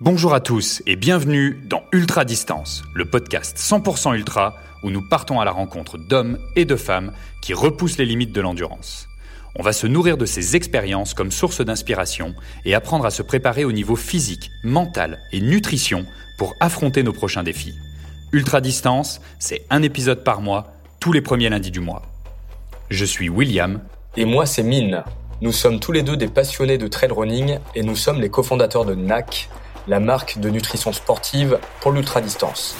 Bonjour à tous et bienvenue dans Ultra Distance, le podcast 100% ultra où nous partons à la rencontre d'hommes et de femmes qui repoussent les limites de l'endurance. On va se nourrir de ces expériences comme source d'inspiration et apprendre à se préparer au niveau physique, mental et nutrition pour affronter nos prochains défis. Ultra Distance, c'est un épisode par mois, tous les premiers lundis du mois. Je suis William. Et moi, c'est Mine. Nous sommes tous les deux des passionnés de trail running et nous sommes les cofondateurs de NAC, la marque de nutrition sportive pour l'ultra-distance.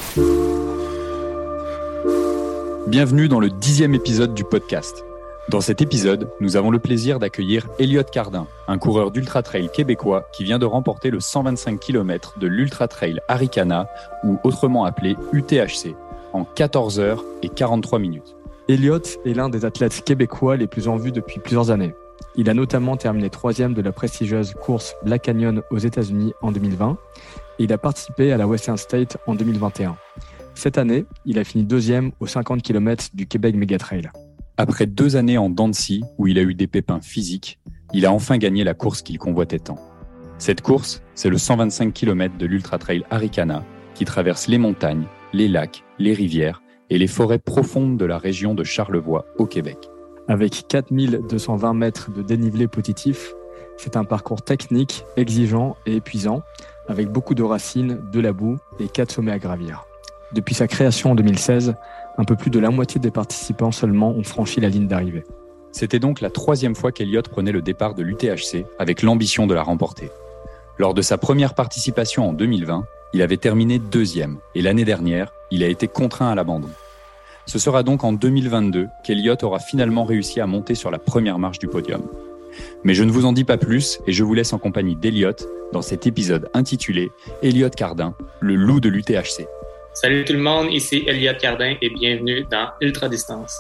Bienvenue dans le 10e épisode du podcast. Dans cet épisode, nous avons le plaisir d'accueillir Elliott Cardin, un coureur d'ultra-trail québécois qui vient de remporter le 125 km de l'ultra-trail Arikana, ou autrement appelé UTHC, en 14 heures et 43 minutes. Elliott est l'un des athlètes québécois les plus en vue depuis plusieurs années. Il a notamment terminé 3e de la prestigieuse course Black Canyon aux États-Unis en 2020 et il a participé à la Western State en 2021. Cette année, il a fini 2e aux 50 km du Québec Mégatrail. Après 2 années en dents de scie où il a eu des pépins physiques, il a enfin gagné la course qu'il convoitait tant. Cette course, c'est le 125 km de l'Ultra Trail Arikana qui traverse les montagnes, les lacs, les rivières et les forêts profondes de la région de Charlevoix au Québec. Avec 4220 mètres de dénivelé positif, c'est un parcours technique, exigeant et épuisant, avec beaucoup de racines, de la boue et 4 sommets à gravir. Depuis sa création en 2016, un peu plus de la moitié des participants seulement ont franchi la ligne d'arrivée. C'était donc la 3e fois qu'Elliott prenait le départ de l'UTHC avec l'ambition de la remporter. Lors de sa première participation en 2020, il avait terminé 2e et l'année dernière, il a été contraint à l'abandon. Ce sera donc en 2022 qu'Elliott aura finalement réussi à monter sur la première marche du podium. Mais je ne vous en dis pas plus et je vous laisse en compagnie d'Elliott dans cet épisode intitulé « Elliott Cardin, le loup de l'UTHC ». Salut tout le monde, ici Elliott Cardin et bienvenue dans Ultra Distance.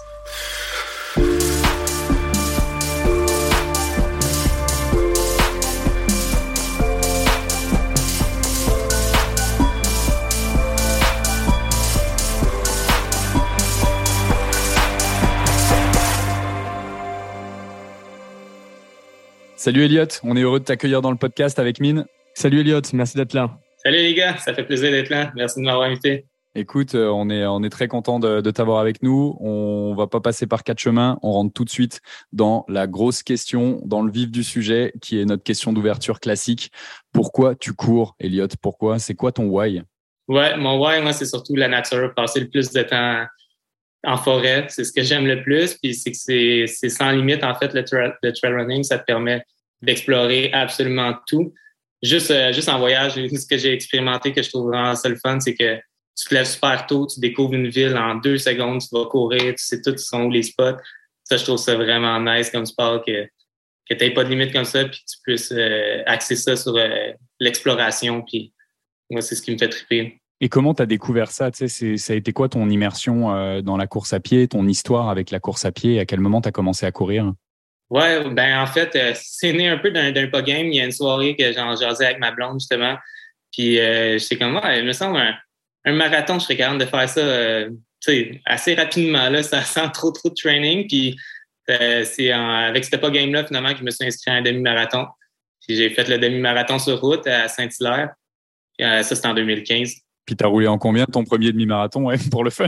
Salut Elliott, on est heureux de t'accueillir dans le podcast avec Mine. Salut Elliott, merci d'être là. Salut les gars, ça fait plaisir d'être là. Merci de m'avoir invité. Écoute, on est très content de t'avoir avec nous. On va pas passer par 4 chemins. On rentre tout de suite dans la grosse question, dans le vif du sujet, qui est notre question d'ouverture classique. Pourquoi tu cours, Elliott? Pourquoi? C'est quoi ton why? Ouais, mon why, moi, c'est surtout la nature. Passer le plus de temps en forêt, c'est ce que j'aime le plus. Puis c'est que c'est sans limite. En fait, le trail running, ça te permet d'explorer absolument tout. Juste en voyage, ce que j'ai expérimenté, que je trouve vraiment ça le fun, c'est que tu te lèves super tôt, tu découvres une ville en 2 secondes, tu vas courir, tu sais tout sont où les spots. Ça, je trouve ça vraiment nice comme sport, que tu n'aies pas de limite comme ça, puis que tu puisses axer ça sur l'exploration. Puis moi, c'est ce qui me fait triper. Et comment tu as découvert ça? Tu sais, ça a été quoi ton immersion dans la course à pied, ton histoire avec la course à pied? À quel moment tu as commencé à courir? Ouais, ben en fait, c'est né un peu d'un pas game. Il y a une soirée que j'en jasais avec ma blonde, justement. Puis j'étais comme, ouais, il me semble un marathon, je serais capable de faire ça assez rapidement, là, sans trop de training. Puis c'est avec ce pas game-là, finalement, que je me suis inscrit à un demi-marathon. Puis j'ai fait le demi-marathon sur route à Saint-Hilaire. Ça, c'était en 2015. Puis t'as roulé en combien ton premier demi-marathon, ouais, pour le fun?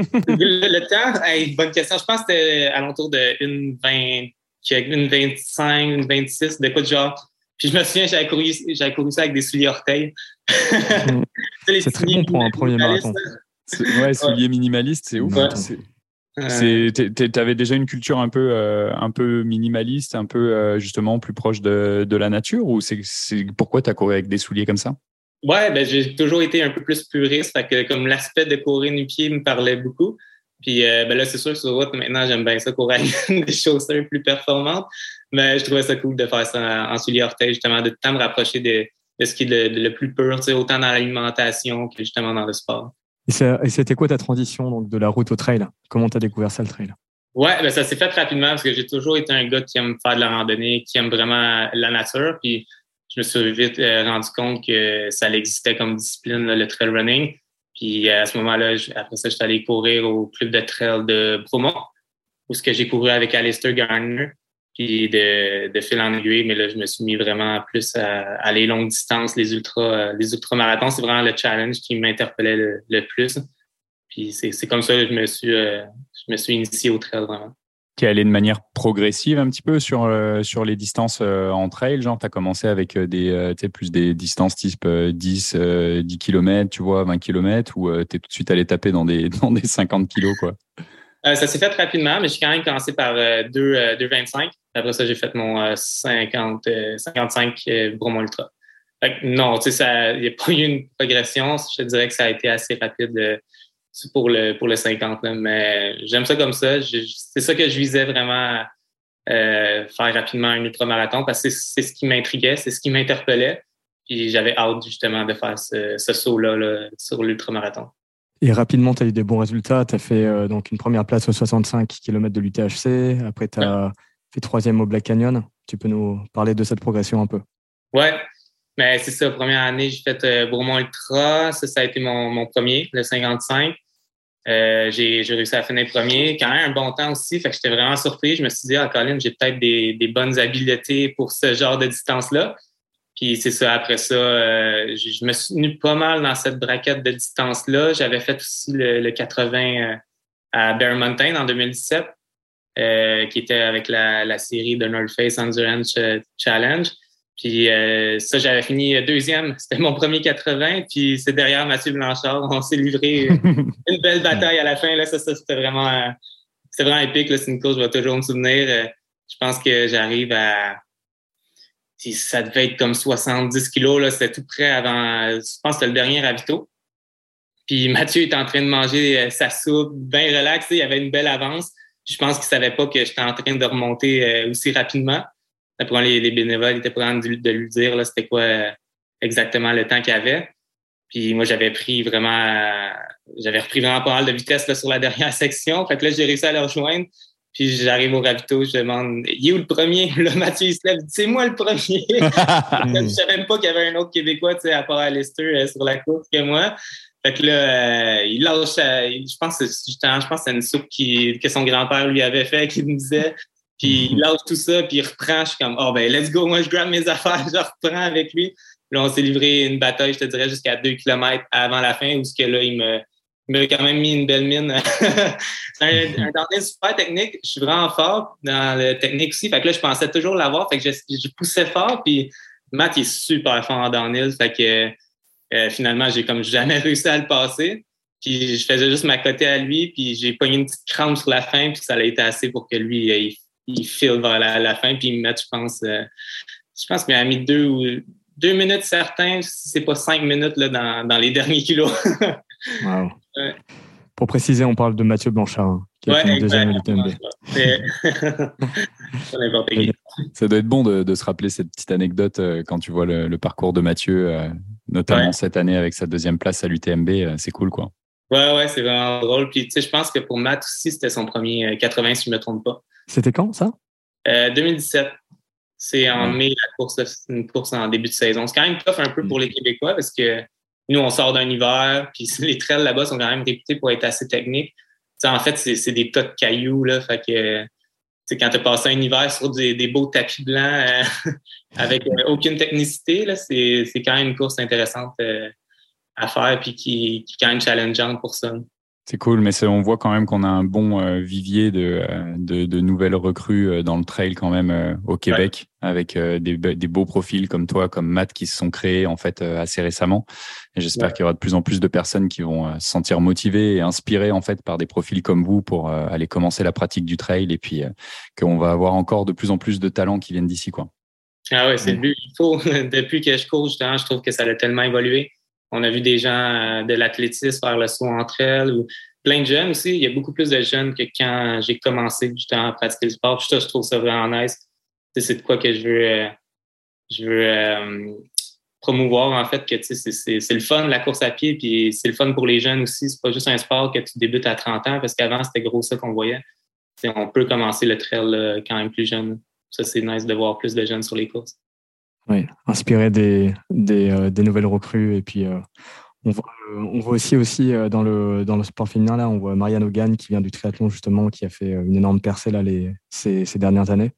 Le temps, bonne question. Je pense que c'était alentour de 1,20. Une 25, une 26, de quoi de genre. Puis je me souviens, j'avais couru ça avec des souliers orteils. C'est très bon pour un premier marathon. Ouais, souliers minimalistes, c'est ouf. Ouais. T'avais déjà une culture un peu minimaliste, un peu justement plus proche de la nature, ou c'est pourquoi t'as couru avec des souliers comme ça? Ouais, ben j'ai toujours été un peu plus puriste, fait que comme l'aspect de courir nu-pied me parlait beaucoup. Puis ben là, c'est sûr que sur route, maintenant, j'aime bien ça courir avec des chaussures plus performantes. Mais je trouvais ça cool de faire ça en souliers orteils, justement, de tout le temps me rapprocher de ce qui est le plus pur, autant dans l'alimentation que justement dans le sport. Et c'était quoi ta transition donc, de la route au trail? Comment tu as découvert ça, le trail? Ouais, ben ça s'est fait rapidement parce que j'ai toujours été un gars qui aime faire de la randonnée, qui aime vraiment la nature. Puis je me suis vite rendu compte que ça existait comme discipline, là, le trail running. Puis à ce moment-là, après ça, j'étais allé courir au club de trail de Bromont, où j'ai couru avec Alistair Garner. Puis de fil en aiguille, mais là, je me suis mis vraiment plus à les longues distances, les ultramarathons. C'est vraiment le challenge qui m'interpellait le plus. Puis c'est comme ça que je me suis initié au trail, vraiment. Tu es allé de manière progressive un petit peu sur les distances en trail, genre tu as commencé avec plus des distances type 10 km, tu vois, 20 km, ou tu es tout de suite allé taper dans des 50 kilos, quoi. Ça s'est fait rapidement, mais j'ai quand même commencé par 2,25. Après ça, j'ai fait mon 55 Bromont Ultra. Fait que non, tu sais, il n'y a pas eu une progression. Je te dirais que ça a été assez rapide pour le 50. Là. Mais j'aime ça comme ça. C'est ça que je visais vraiment, faire rapidement un ultramarathon parce que c'est ce qui m'intriguait, c'est ce qui m'interpellait. Puis j'avais hâte justement de faire ce saut-là sur l'ultramarathon. Et rapidement, tu as eu des bons résultats. Tu as fait donc une première place aux 65 km de l'UTHC. Après, tu as fait 3e au Black Canyon. Tu peux nous parler de cette progression un peu? Ouais, mais c'est ça. Première année, j'ai fait Bromont Ultra. Ça a été mon premier, le 55. J'ai réussi à finir premier. Quand même un bon temps aussi. Fait que j'étais vraiment surpris. Je me suis dit, Colin, j'ai peut-être des bonnes habiletés pour ce genre de distance-là. Puis c'est ça, après ça, je me suis tenu pas mal dans cette braquette de distance-là. J'avais fait aussi le 80 à Bear Mountain en 2017, qui était avec la série de North Face Endurance Challenge. Puis ça, j'avais fini deuxième. C'était mon premier 80. Puis c'est derrière Mathieu Blanchard. On s'est livré une belle bataille à la fin. Là, ça c'était vraiment épique. Là. C'est une course, je vais toujours me souvenir. Je pense que j'arrive à... Ça devait être comme 70 kilos, là. C'était tout près avant, je pense que c'était le dernier ravito. Puis Mathieu était en train de manger sa soupe, bien relax, il avait une belle avance. Je pense qu'il savait pas que j'étais en train de remonter aussi rapidement. Après, les bénévoles étaient prêts de lui dire, là, c'était quoi exactement le temps qu'il avait. Puis moi, j'avais repris vraiment pas mal de vitesse, là, sur la dernière section. Fait que là, j'ai réussi à le rejoindre. Puis j'arrive au ravito, je demande, il est où le premier? Là, Mathieu, il se lève, c'est moi le premier. Je savais même pas qu'il y avait un autre Québécois, tu sais, à part Alistair sur la course que moi. Fait que là, il lâche, je pense que c'est une soupe que son grand-père lui avait fait, qu'il me disait. Puis il lâche tout ça, puis il reprend. Je suis comme, oh ben, let's go, moi je grabe mes affaires, je reprends avec lui. Puis là, on s'est livré une bataille, je te dirais, jusqu'à 2 km avant la fin, où ce que là, il m'a quand même mis une belle mine. C'est un downhill super technique. Je suis vraiment fort dans la technique aussi. Fait que là, je pensais toujours l'avoir. Fait que je poussais fort. Puis Matt, il est super fort en downhill. Fait que finalement, j'ai comme jamais réussi à le passer. Puis je faisais juste m'accoter à lui. Puis j'ai pogné une petite crampe sur la fin. Puis ça a été assez pour que lui, il file vers la fin. Puis Matt, je pense qu'il a mis 2 minutes certains. Si c'est pas 5 minutes là, dans les derniers kilos. Wow. Ouais. Pour préciser, on parle de Mathieu Blanchard, qui a fait deuxième à l'UTMB. Ça doit être bon de se rappeler cette petite anecdote quand tu vois le parcours de Mathieu, notamment cette année avec sa deuxième place à l'UTMB. C'est cool, quoi. Ouais, c'est vraiment drôle. Puis, tu sais, je pense que pour Matt aussi, c'était son premier 80, si je ne me trompe pas. C'était quand, ça? 2017. C'est en mai, la course. C'est une course en début de saison. C'est quand même tough un peu pour les Québécois parce que nous, on sort d'un hiver, puis les trails là-bas sont quand même réputés pour être assez techniques. T'sais, en fait, c'est des tas de cailloux, là. Fait que, quand tu as passé un hiver sur des beaux tapis blancs avec aucune technicité, là, c'est quand même une course intéressante à faire, puis qui est quand même challengeante pour ça. C'est cool, mais on voit quand même qu'on a un bon vivier de nouvelles recrues dans le trail quand même au Québec, avec des beaux profils comme toi, comme Matt, qui se sont créés en fait assez récemment. Et j'espère qu'il y aura de plus en plus de personnes qui vont se sentir motivées et inspirées en fait par des profils comme vous pour aller commencer la pratique du trail, et puis qu'on va avoir encore de plus en plus de talents qui viennent d'ici, quoi. Ah ouais, c'est le but. Depuis que je cours, justement, je trouve que ça a tellement évolué. On a vu des gens de l'athlétisme faire le saut entre elles, ou plein de jeunes aussi. Il y a beaucoup plus de jeunes que quand j'ai commencé justement à pratiquer le sport. Puis ça, je trouve ça vraiment nice. C'est de quoi que je veux promouvoir, en fait, que c'est le fun, la course à pied, puis c'est le fun pour les jeunes aussi. C'est pas juste un sport que tu débutes à 30 ans, parce qu'avant, c'était gros ça qu'on voyait. On peut commencer le trail quand même plus jeune. Ça, c'est nice de voir plus de jeunes sur les courses. Oui, inspirer des nouvelles recrues. Et puis, on voit aussi dans le sport féminin, là, on voit Marianne Hogan qui vient du triathlon, justement, qui a fait une énorme percée là, ces dernières années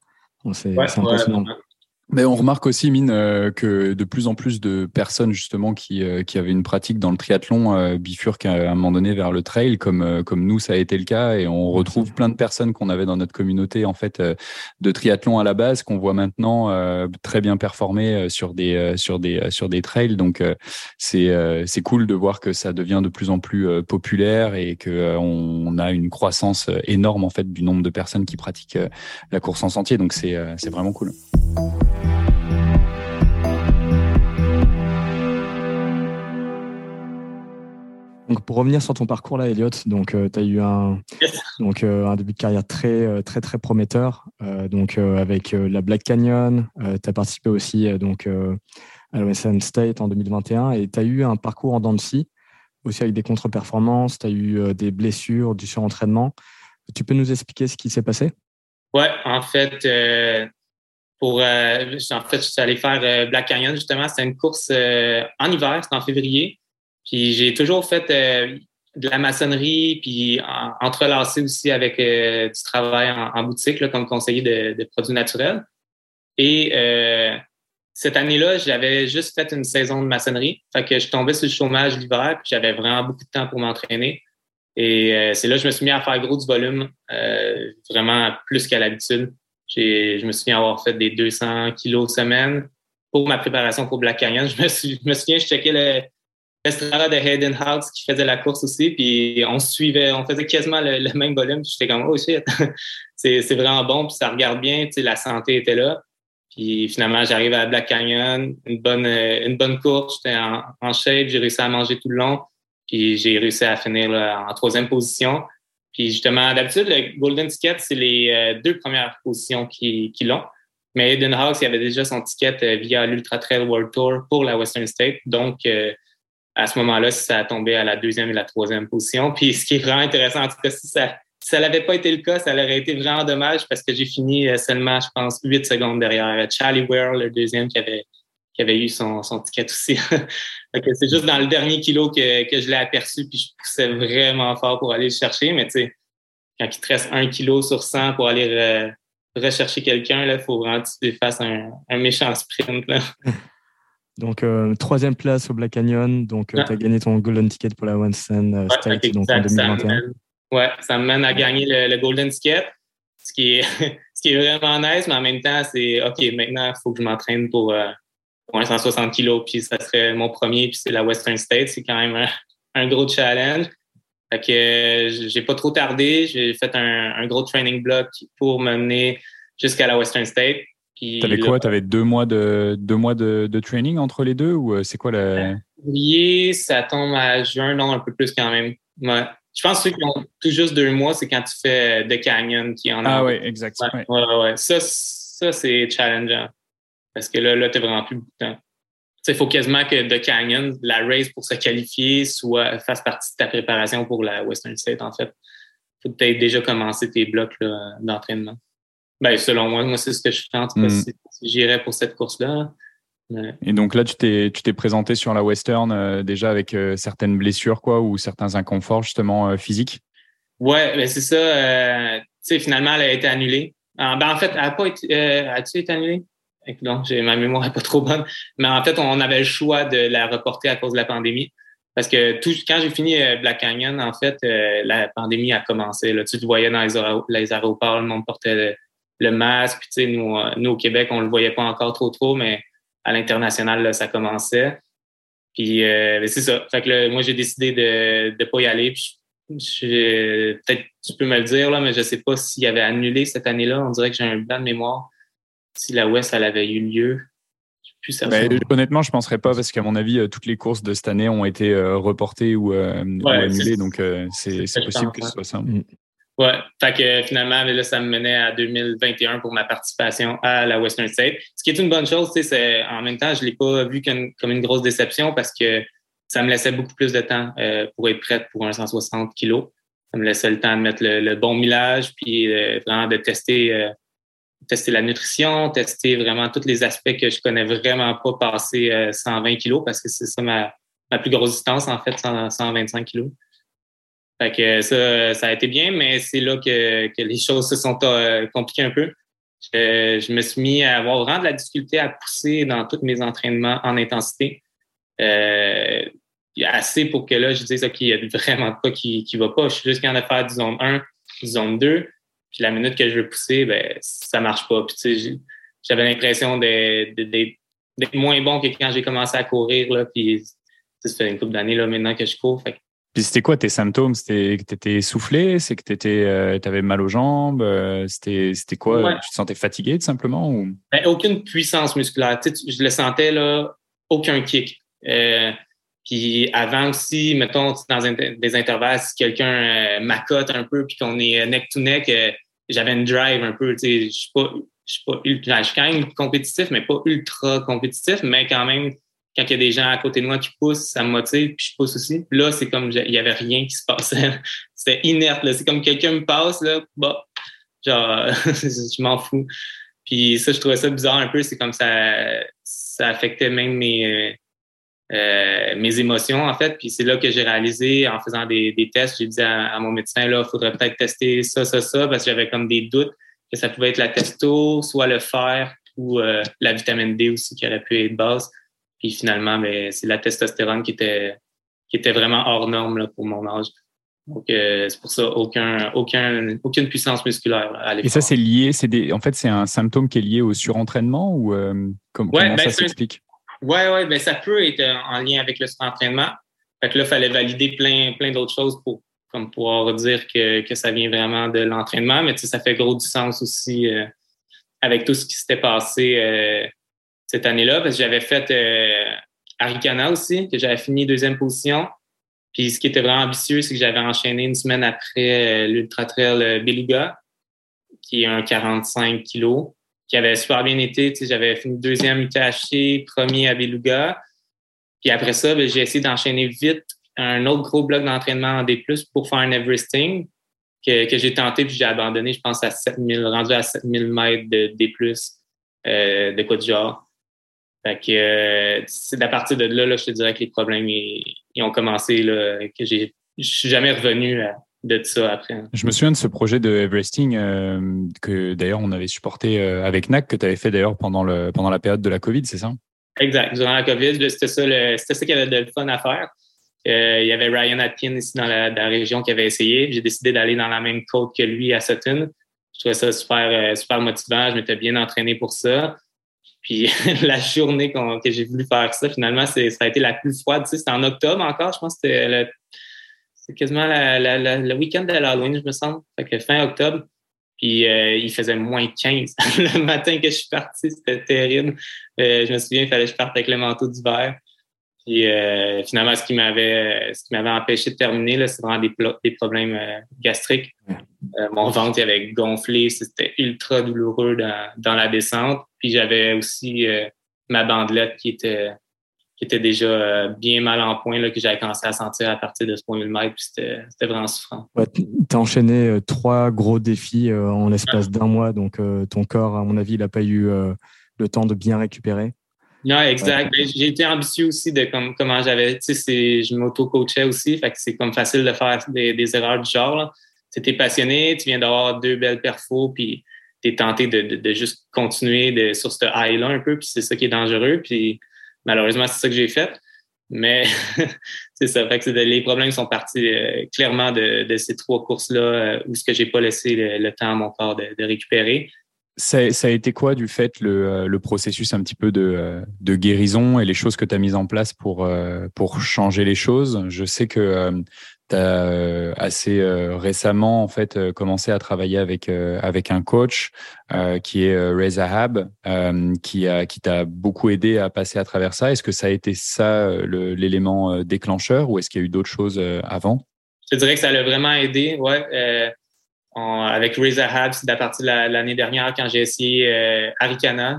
C'est impressionnant. Mais on remarque aussi, Mine, que de plus en plus de personnes justement qui avaient une pratique dans le triathlon bifurquent à un moment donné vers le trail, comme nous ça a été le cas, et on retrouve plein de personnes qu'on avait dans notre communauté en fait de triathlon à la base, qu'on voit maintenant très bien performer sur des trails. Donc c'est cool de voir que ça devient de plus en plus populaire et que on a une croissance énorme en fait du nombre de personnes qui pratiquent la course en sentier. Donc c'est vraiment cool. Donc pour revenir sur ton parcours là, Elliot, donc tu as eu un début de carrière très très très prometteur, avec la Black Canyon, tu as participé aussi à la Western State en 2021 et tu as eu un parcours en dents de scie, aussi avec des contre-performances, tu as eu des blessures, du surentraînement. Tu peux nous expliquer ce qui s'est passé? Ouais, en fait, je suis allé faire Black Canyon, justement. C'était une course en hiver, c'était en février. Puis j'ai toujours fait de la maçonnerie, puis entrelacé aussi avec du travail en boutique, là, comme conseiller de produits naturels. Et cette année-là, j'avais juste fait une saison de maçonnerie. Fait que je tombais sur le chômage l'hiver, puis j'avais vraiment beaucoup de temps pour m'entraîner. Et c'est là que je me suis mis à faire gros du volume, vraiment plus qu'à l'habitude. Je me suis mis à avoir fait des 200 kilos semaine pour ma préparation pour Black Canyon. Je me souviens, je checkais l'estrada de Hayden House qui faisait la course aussi, puis on faisait quasiment le même volume. Puis j'étais comme, oh shit, c'est vraiment bon, puis ça regarde bien, tu sais, la santé était là. Puis finalement, j'arrive à Black Canyon, une bonne course, j'étais en shape, j'ai réussi à manger tout le long, puis j'ai réussi à finir là, en 3e position. Puis justement, d'habitude, le Golden Ticket, c'est les 2 premières positions qui l'ont. Mais Hayden House, il avait déjà son ticket via l'Ultra Trail World Tour pour la Western State. Donc, à ce moment-là, ça a tombé à la 2e et la 3e position. Puis ce qui est vraiment intéressant, en tout cas, si ça n'avait pas été le cas, ça aurait été vraiment dommage parce que j'ai fini seulement, je pense, 8 secondes derrière Charlie Ware, le 2e qui avait eu son ticket aussi. C'est juste dans le dernier kilo que je l'ai aperçu, puis je poussais vraiment fort pour aller le chercher. Mais tu sais, quand il te reste 1 kilo sur 100 pour aller rechercher quelqu'un, il faut vraiment que tu fasses un méchant sprint. Là. Donc, 3e place au Black Canyon. Donc, tu as gagné ton Golden Ticket pour la Western State en 2021. Ça me mène à gagner le Golden Ticket, ce qui est vraiment nice, mais en même temps, c'est OK, maintenant, il faut que je m'entraîne pour un 160 kilos, puis ça serait mon premier, puis c'est la Western State. C'est quand même un gros challenge. Fait que j'ai pas trop tardé. J'ai fait un gros training block pour me mener jusqu'à la Western State. T'avais quoi? T'avais 2 mois de training entre les deux ou c'est quoi la... Février, ça tombe à juin, non, un peu plus quand même. Ouais. Je pense que ceux qui ont tout juste 2 mois, c'est quand tu fais The Canyon qui en a. Ah ouais, exact. Ouais. Ça, c'est challengeant. Parce que là, t'as vraiment plus beaucoup de temps. Il faut quasiment que The Canyon, la race pour se qualifier, fasse partie de ta préparation pour la Western State, en fait. Faut peut-être déjà commencer tes blocs là, d'entraînement. Ben, selon moi, c'est ce que je fais en tout cas si j'irais pour cette course-là. Ouais. Et donc là, tu t'es présenté sur la Western déjà avec certaines blessures quoi, ou certains inconforts justement physiques? Ouais, ben c'est ça. Tu sais, finalement, elle a été annulée. En fait, elle n'a pas été... As-tu été annulée? Non, ma mémoire n'est pas trop bonne. Mais en fait, on avait le choix de la reporter à cause de la pandémie. Parce que quand j'ai fini Black Canyon, en fait, la pandémie a commencé. Là, tu le voyais dans les aéroports, le monde portait le masque. Puis, tu sais, nous, au Québec, on le voyait pas encore trop, mais à l'international, là, ça commençait. Puis, c'est ça. Fait que là, moi, j'ai décidé de pas y aller. Puis, peut-être tu peux me le dire, là, mais je sais pas s'il avait annulé cette année-là. On dirait que j'ai un blanc de mémoire. Si la West, elle avait eu lieu. Honnêtement, je ne penserais pas parce qu'à mon avis, toutes les courses de cette année ont été reportées ou annulées. Donc, c'est possible que ce soit ça. Ouais, fait que finalement, là, ça me menait à 2021 pour ma participation à la Western State. Ce qui est une bonne chose, c'est en même temps, je l'ai pas vu comme une grosse déception parce que ça me laissait beaucoup plus de temps pour être prête pour un 160 kilos. Ça me laissait le temps de mettre le bon millage, puis vraiment de tester la nutrition, tester vraiment tous les aspects que je connais vraiment pas passer 120 kilos parce que c'est ça ma plus grosse distance, en fait, 125 kilos. Fait que ça a été bien, mais c'est là que les choses se sont compliquées un peu. Je me suis mis à avoir vraiment de la difficulté à pousser dans tous mes entraînements en intensité. Assez pour que là, je dise, OK, il y a vraiment pas qui va pas. Je suis juste capable de faire du zone 1, du zone 2. Puis la minute que je veux pousser, ben ça marche pas. Puis tu sais, j'avais l'impression d'être moins bon que quand j'ai commencé à courir. Là, puis ça fait une couple d'années là, maintenant que je cours. Fait. Puis c'était quoi tes symptômes? C'était que t'étais essoufflé? C'est que t'avais mal aux jambes? C'était quoi? Ouais. Tu te sentais fatigué tout simplement? Ou... Ben, aucune puissance musculaire. Tu sais, je le sentais, là, aucun kick. Puis avant aussi, mettons, dans des intervalles, si quelqu'un m'accote un peu puis qu'on est neck to neck, j'avais une drive un peu. Tu sais, je suis quand même compétitif, mais pas ultra compétitif, mais quand même, quand il y a des gens à côté de moi qui poussent, ça me motive, puis je pousse aussi. Là, c'est comme il y avait rien qui se passait. C'était inerte, là. C'est comme quelqu'un me passe, là, bah, genre, je m'en fous. Puis ça, je trouvais ça bizarre un peu. C'est comme ça affectait même mes émotions, en fait. Puis c'est là que j'ai réalisé, en faisant des tests, j'ai dit à mon médecin, là, il faudrait peut-être tester ça, parce que j'avais comme des doutes que ça pouvait être la testo, soit le fer ou la vitamine D aussi qui aurait pu être basse. Puis finalement, ben, c'est la testostérone qui était vraiment hors norme là, pour mon âge. Donc, c'est pour ça, aucune puissance musculaire là, à l'effort. Et ça, c'est lié, en fait, c'est un symptôme qui est lié au surentraînement ou comment ça s'explique? Ouais, ben, ça peut être en lien avec le surentraînement. Fait que là, il fallait valider plein d'autres choses pour comme pouvoir dire que ça vient vraiment de l'entraînement. Mais tu sais, ça fait gros du sens aussi avec tout ce qui s'était passé cette année-là, parce que j'avais fait Arikana aussi, que j'avais fini 2e position. Puis ce qui était vraiment ambitieux, c'est que j'avais enchaîné une semaine après l'Ultra Trail Beluga, qui est un 45 kilos, qui avait super bien été. Tu sais, j'avais fini 2e UTHC, 1er à Beluga. Puis après ça, ben, j'ai essayé d'enchaîner vite un autre gros bloc d'entraînement en D+, pour faire un Everesting que j'ai tenté, puis j'ai abandonné, je pense, rendu à 7000 mètres de D+, de quoi du genre. Fait que c'est à partir de là, je te dirais que les problèmes ils ont commencé, là, que je suis jamais revenu de ça après. Je me souviens de ce projet de Everesting que d'ailleurs on avait supporté avec NAC, que tu avais fait d'ailleurs pendant la période de la COVID, c'est ça? Exact. Durant la COVID, c'était ça qu'il y avait de le fun à faire. Il y avait Ryan Atkins ici dans la région qui avait essayé. J'ai décidé d'aller dans la même côte que lui à Sutton. Je trouvais ça super motivant. Je m'étais bien entraîné pour ça. Puis la journée que j'ai voulu faire ça, finalement, ça a été la plus froide. Tu sais, c'était en octobre encore. Je pense que c'est quasiment le week-end de l'Halloween, je me semble. Fait que fin octobre. Puis il faisait moins 15 le matin que je suis parti. C'était terrible. Je me souviens, il fallait que je parte avec le manteau d'hiver. Puis finalement, ce qui m'avait empêché de terminer, là, c'est vraiment des problèmes gastriques. Mon ventre il avait gonflé, c'était ultra douloureux dans la descente. Puis j'avais aussi ma bandelette qui était déjà bien mal en point, là, que j'avais commencé à sentir à partir de ce 3000 mètres. Puis c'était vraiment souffrant. Ouais, t'as enchaîné 3 gros défis en l'espace d'1 mois. Donc ton corps, à mon avis, il n'a pas eu le temps de bien récupérer. Non, exact. Ouais. J'ai été ambitieux aussi de comment j'avais, tu sais, je m'auto-coachais aussi, fait que c'est comme facile de faire des erreurs du genre, là. T'es passionné, tu viens d'avoir 2 belles perfos, puis t'es tenté de juste continuer sur ce high-là un peu, puis c'est ça qui est dangereux, puis malheureusement, c'est ça que j'ai fait. Mais c'est ça, fait que les problèmes sont partis clairement de ces 3 courses-là où ce que j'ai pas laissé le temps à mon corps de récupérer. Ça a été quoi du fait le processus un petit peu de guérison et les choses que tu as mises en place pour changer les choses? Je sais que tu as assez récemment en fait commencé à travailler avec un coach qui est Reza Hab, qui t'a beaucoup aidé à passer à travers ça. Est-ce que ça a été ça l'élément déclencheur ou est-ce qu'il y a eu d'autres choses avant? Je te dirais que ça l'a vraiment aidé, ouais. Avec Reza Hab, c'est à partir de l'année dernière quand j'ai essayé Arikana.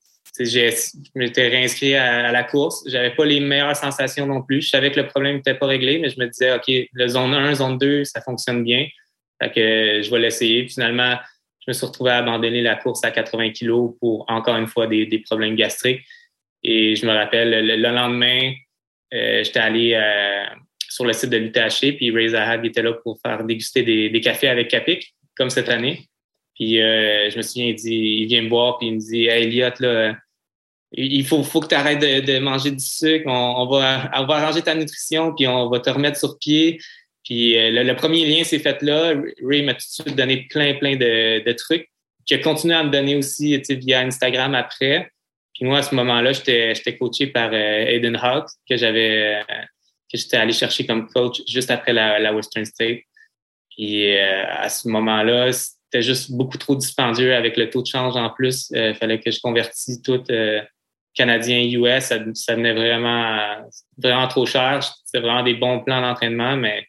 Je m'étais réinscrit à la course. J'avais pas les meilleures sensations non plus. Je savais que le problème n'était pas réglé, mais je me disais, OK, le zone 1, zone 2, ça fonctionne bien. Fait que je vais l'essayer. Puis finalement, je me suis retrouvé à abandonner la course à 80 kilos pour, encore une fois, des problèmes gastriques. Et je me rappelle, le lendemain, j'étais allé sur le site de l'UTHC, puis Reza Hab était là pour faire déguster des cafés avec Capic, comme cette année. Puis je me souviens, il vient me voir puis il me dit « Hey, Elliot, là, il faut que tu arrêtes de manger du sucre. On va arranger ta nutrition puis on va te remettre sur pied. » Puis le premier lien s'est fait là. Ray m'a tout de suite donné plein de trucs. Puis il a continué à me donner aussi via Instagram après. Puis moi, à ce moment-là, j'étais coaché par Aiden Hawks, que j'étais allé chercher comme coach juste après la Western State. Puis à ce moment-là, c'était juste beaucoup trop dispendieux avec le taux de change en plus. Il fallait que je convertisse tout Canadien-US. Ça devenait vraiment trop cher. C'était vraiment des bons plans d'entraînement, mais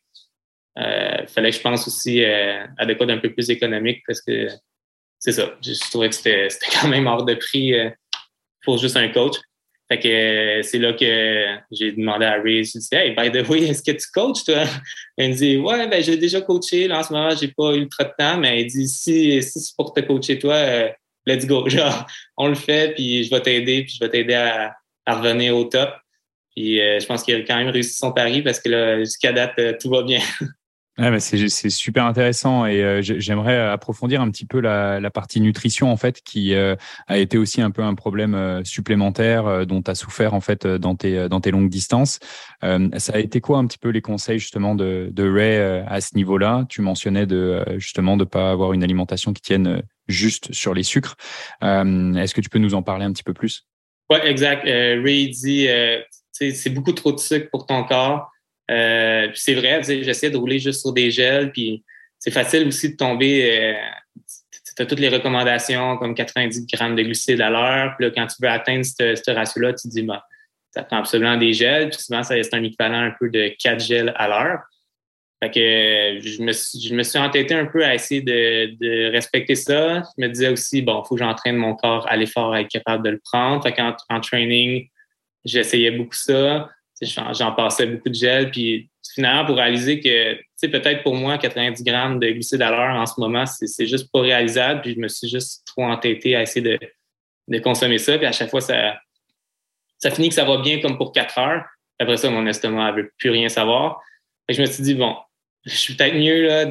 il fallait que je pense aussi à des codes un peu plus économiques parce que c'est ça. Je trouvais que c'était quand même hors de prix pour juste un coach. Fait que c'est là que j'ai demandé à Ray, je lui ai dit « Hey, by the way, est-ce que tu coaches, toi? » Il me dit « Ouais, ben j'ai déjà coaché. Là, en ce moment, j'ai pas eu trop de temps, mais il dit « Si c'est pour te coacher, toi, let's go. » Genre, on le fait, puis je vais t'aider, puis je vais t'aider à revenir au top. Puis je pense qu'il a quand même réussi son pari parce que là, jusqu'à date, tout va bien. Ouais, bah c'est super intéressant et j'aimerais approfondir un petit peu la partie nutrition en fait qui a été aussi un peu un problème supplémentaire dont tu as souffert en fait dans tes longues distances. Ça a été quoi un petit peu les conseils justement de Ray à ce niveau-là? Tu mentionnais justement de pas avoir une alimentation qui tienne juste sur les sucres. Est-ce que tu peux nous en parler un petit peu plus? Ouais, exact. Ray dit c'est beaucoup trop de sucre pour ton corps. Puis c'est vrai, j'essaie de rouler juste sur des gels, puis c'est facile aussi de tomber. Tu as toutes les recommandations comme 90 grammes de glucides à l'heure. Puis là, quand tu veux atteindre ce ratio-là, tu te dis, bah, ça prend absolument des gels. Puis souvent, c'est un équivalent un peu de 4 gels à l'heure. Fait que je me suis entêté un peu à essayer de respecter ça. Je me disais aussi, bon, il faut que j'entraîne mon corps à l'effort à être capable de le prendre. Fait qu'en training, j'essayais beaucoup ça. J'en passais beaucoup de gel, puis finalement, pour réaliser que, peut-être pour moi, 90 grammes de glucides à l'heure en ce moment, c'est juste pas réalisable, puis je me suis juste trop entêté à essayer de consommer ça, puis à chaque fois, ça finit que ça va bien comme pour 4 heures. Après ça, mon estomac ne veut plus rien savoir. Fait que je me suis dit, bon, je suis peut-être mieux là,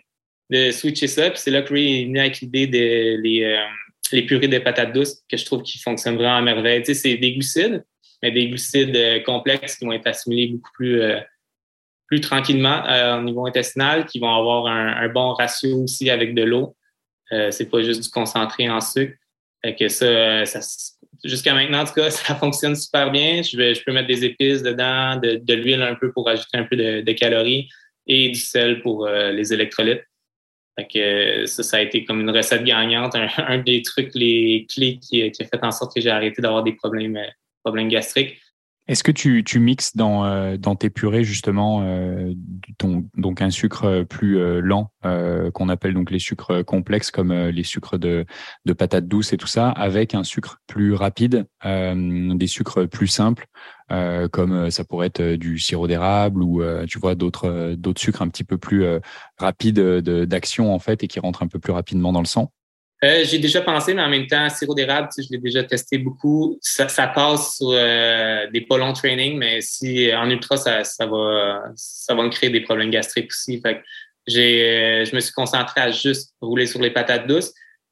de switcher ça, puis c'est là que Ray est venu avec l'idée les purées de patates douces, que je trouve qui fonctionnent vraiment à merveille. C'est des glucides, mais des glucides complexes qui vont être assimilés beaucoup plus tranquillement au niveau intestinal, qui vont avoir un bon ratio aussi avec de l'eau. C'est pas juste du concentré en sucre. Fait que ça jusqu'à maintenant, en tout cas, ça fonctionne super bien. Je peux mettre des épices dedans, de l'huile un peu pour ajouter un peu de calories et du sel pour les électrolytes. Fait que ça a été comme une recette gagnante, un des trucs les clés qui a fait en sorte que j'ai arrêté d'avoir des problèmes gastriques. Est-ce que tu mixes dans tes purées justement donc un sucre plus lent qu'on appelle donc les sucres complexes comme les sucres de patates douces et tout ça avec un sucre plus rapide, des sucres plus simples comme ça pourrait être du sirop d'érable ou tu vois d'autres sucres un petit peu plus rapides d'action en fait et qui rentrent un peu plus rapidement dans le sang? J'ai déjà pensé, mais en même temps, sirop d'érable, je l'ai déjà testé beaucoup. Ça passe sur des pas longs training, mais si en ultra, ça va me créer des problèmes gastriques aussi. Fait que je me suis concentré à juste rouler sur les patates douces.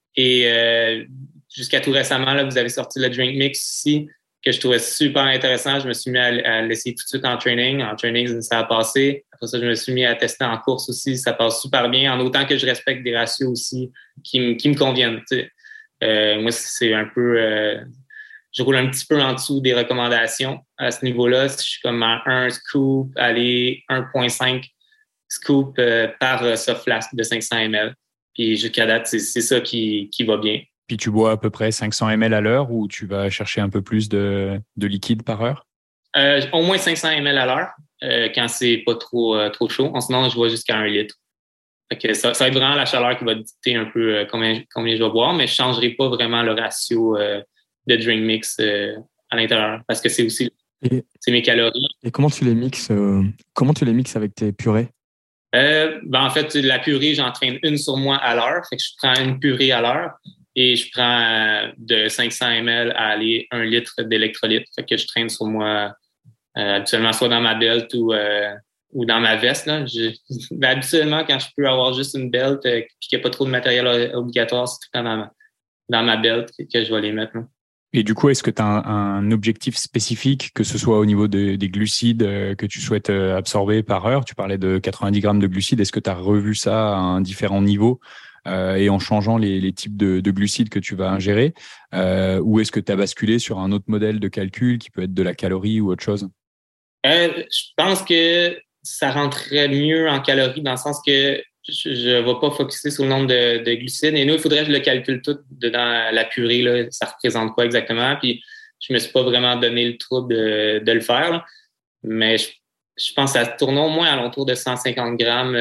Et jusqu'à tout récemment, là, vous avez sorti le drink mix aussi, que je trouvais super intéressant. Je me suis mis à l'essayer tout de suite en training. En training, ça a passé. Après ça, je me suis mis à tester en course aussi. Ça passe super bien, en autant que je respecte des ratios aussi qui me conviennent. Moi, c'est un peu... je roule un petit peu en dessous des recommandations à ce niveau-là. Je suis comme à 1 scoop, allez, 1,5 scoop par soft flask de 500 ml. Puis jusqu'à date, c'est ça qui va bien. Puis tu bois à peu près 500 ml à l'heure ou tu vas chercher un peu plus de liquide par heure? Au moins 500 ml à l'heure quand c'est pas trop chaud. En ce moment, je bois jusqu'à 1 litre. Fait que ça va être vraiment la chaleur qui va dicter un peu combien je vais boire, mais je ne changerai pas vraiment le ratio de drink mix à l'intérieur parce que c'est aussi c'est mes calories. Et comment tu les mixes avec tes purées? En fait, la purée, j'entraîne une sur moi à l'heure. Fait que je prends une purée à l'heure et je prends de 500 ml à aller 1 litre d'électrolyte. Fait que je traîne sur moi habituellement soit dans ma belt ou ou dans ma veste. Là. Ben, habituellement, quand je peux avoir juste une belt et qu'il n'y a pas trop de matériel obligatoire, c'est tout le temps dans ma belt que je vais les mettre. Là. Et du coup, est-ce que tu as un objectif spécifique, que ce soit au niveau des glucides que tu souhaites absorber par heure? Tu parlais de 90 grammes de glucides. Est-ce que tu as revu ça à un différent niveau et en changeant les types de glucides que tu vas ingérer? Ou est-ce que tu as basculé sur un autre modèle de calcul qui peut être de la calorie ou autre chose? Je pense que ça rentrerait mieux en calories dans le sens que je ne vais pas focuser sur le nombre de glucides. Et nous, il faudrait que je le calcule tout dans la purée. Là, ça représente quoi exactement? Puis, je me suis pas vraiment donné le trouble de le faire. Là. Mais je pense que ça tourne au moins alentour de 150 grammes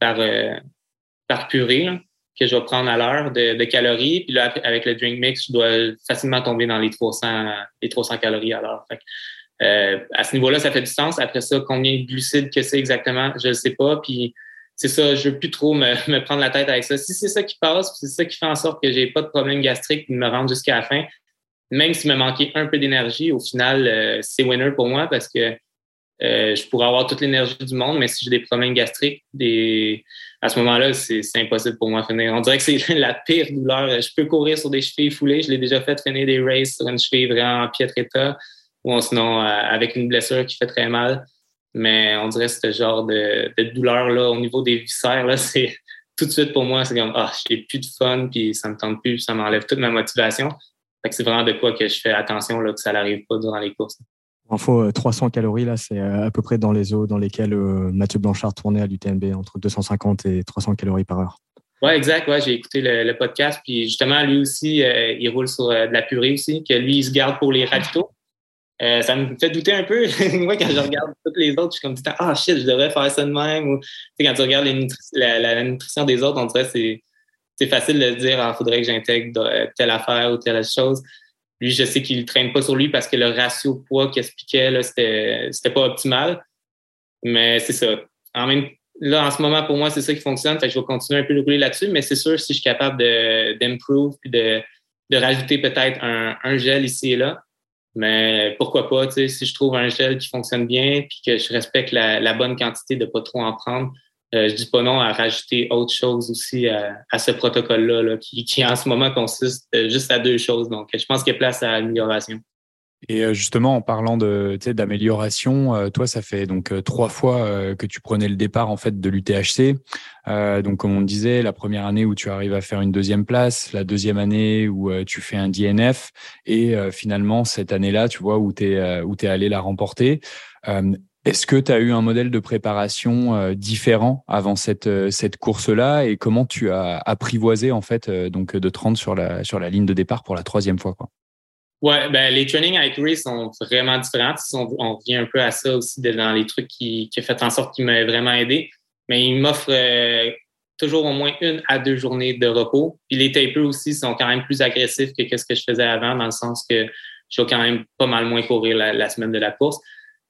par purée là, que je vais prendre à l'heure de calories. Puis là, avec le drink mix, je dois facilement tomber dans les 300 calories à l'heure. Fait que, à ce niveau-là, ça fait du sens. Après ça, combien de glucides que c'est exactement, je ne sais pas. Puis c'est ça, je veux plus trop me prendre la tête avec ça. Si c'est ça qui passe, puis c'est ça qui fait en sorte que j'ai pas de problème gastrique de me rendre jusqu'à la fin, même s'il me manquait un peu d'énergie, au final, c'est winner pour moi parce que je pourrais avoir toute l'énergie du monde, mais si j'ai des problèmes gastriques, à ce moment-là, c'est impossible pour moi de finir. On dirait que c'est la pire douleur. Je peux courir sur des chevilles foulées. Je l'ai déjà fait finir des races sur une cheville vraiment en piètre état ou sinon avec une blessure qui fait très mal. Mais on dirait que ce genre de douleur-là, au niveau des viscères, là, c'est tout de suite pour moi, c'est comme j'ai plus de fun, puis ça me tente plus, ça m'enlève toute ma motivation. Fait que c'est vraiment de quoi que je fais attention là, que ça n'arrive pas durant les courses. Info, 300 calories, là, c'est à peu près dans les eaux dans lesquelles Mathieu Blanchard tournait à l'UTMB, entre 250 et 300 calories par heure. Oui, exact. Ouais, j'ai écouté le podcast. Puis justement, lui aussi, il roule sur de la purée aussi, que lui, il se garde pour les ravitaux. Ça me fait douter un peu. Moi, quand je regarde toutes les autres, je suis comme tout le temps, shit, je devrais faire ça de même. Ou, quand tu regardes la nutrition des autres, on dirait que c'est facile de se dire, il faudrait que j'intègre telle affaire ou telle chose. Lui, je sais qu'il ne traîne pas sur lui parce que le ratio poids qu'il expliquait, là, c'était pas optimal. Mais c'est ça. Là, en ce moment, pour moi, c'est ça qui fonctionne. Fait que je vais continuer un peu de rouler là-dessus. Mais c'est sûr, si je suis capable d'improve puis de rajouter peut-être un gel ici et là, mais pourquoi pas, tu sais, si je trouve un gel qui fonctionne bien puis que je respecte la bonne quantité de pas trop en prendre, je dis pas non à rajouter autre chose aussi à ce protocole-là là, qui en ce moment consiste juste à 2 choses. Donc, je pense qu'il y a place à amélioration. Et justement, en parlant d'amélioration, toi, ça fait donc 3 fois que tu prenais le départ en fait de l'UTHC. Donc, comme on disait, la première année où tu arrives à faire une 2e place, la 2e année où tu fais un DNF, et finalement cette année-là, tu vois, où t'es allé la remporter. Est-ce que tu as eu un modèle de préparation différent avant cette course-là, et comment tu as apprivoisé en fait donc de te rendre sur la ligne de départ pour la 3e fois, quoi? Ouais, ben les trainings avec Ray sont vraiment différents. On revient un peu à ça aussi dans les trucs qui a fait en sorte qu'il m'a vraiment aidé. Mais il m'offre toujours au moins 1 à 2 journées de repos. Puis les tapers aussi sont quand même plus agressifs que ce que je faisais avant, dans le sens que je vais quand même pas mal moins courir la semaine de la course.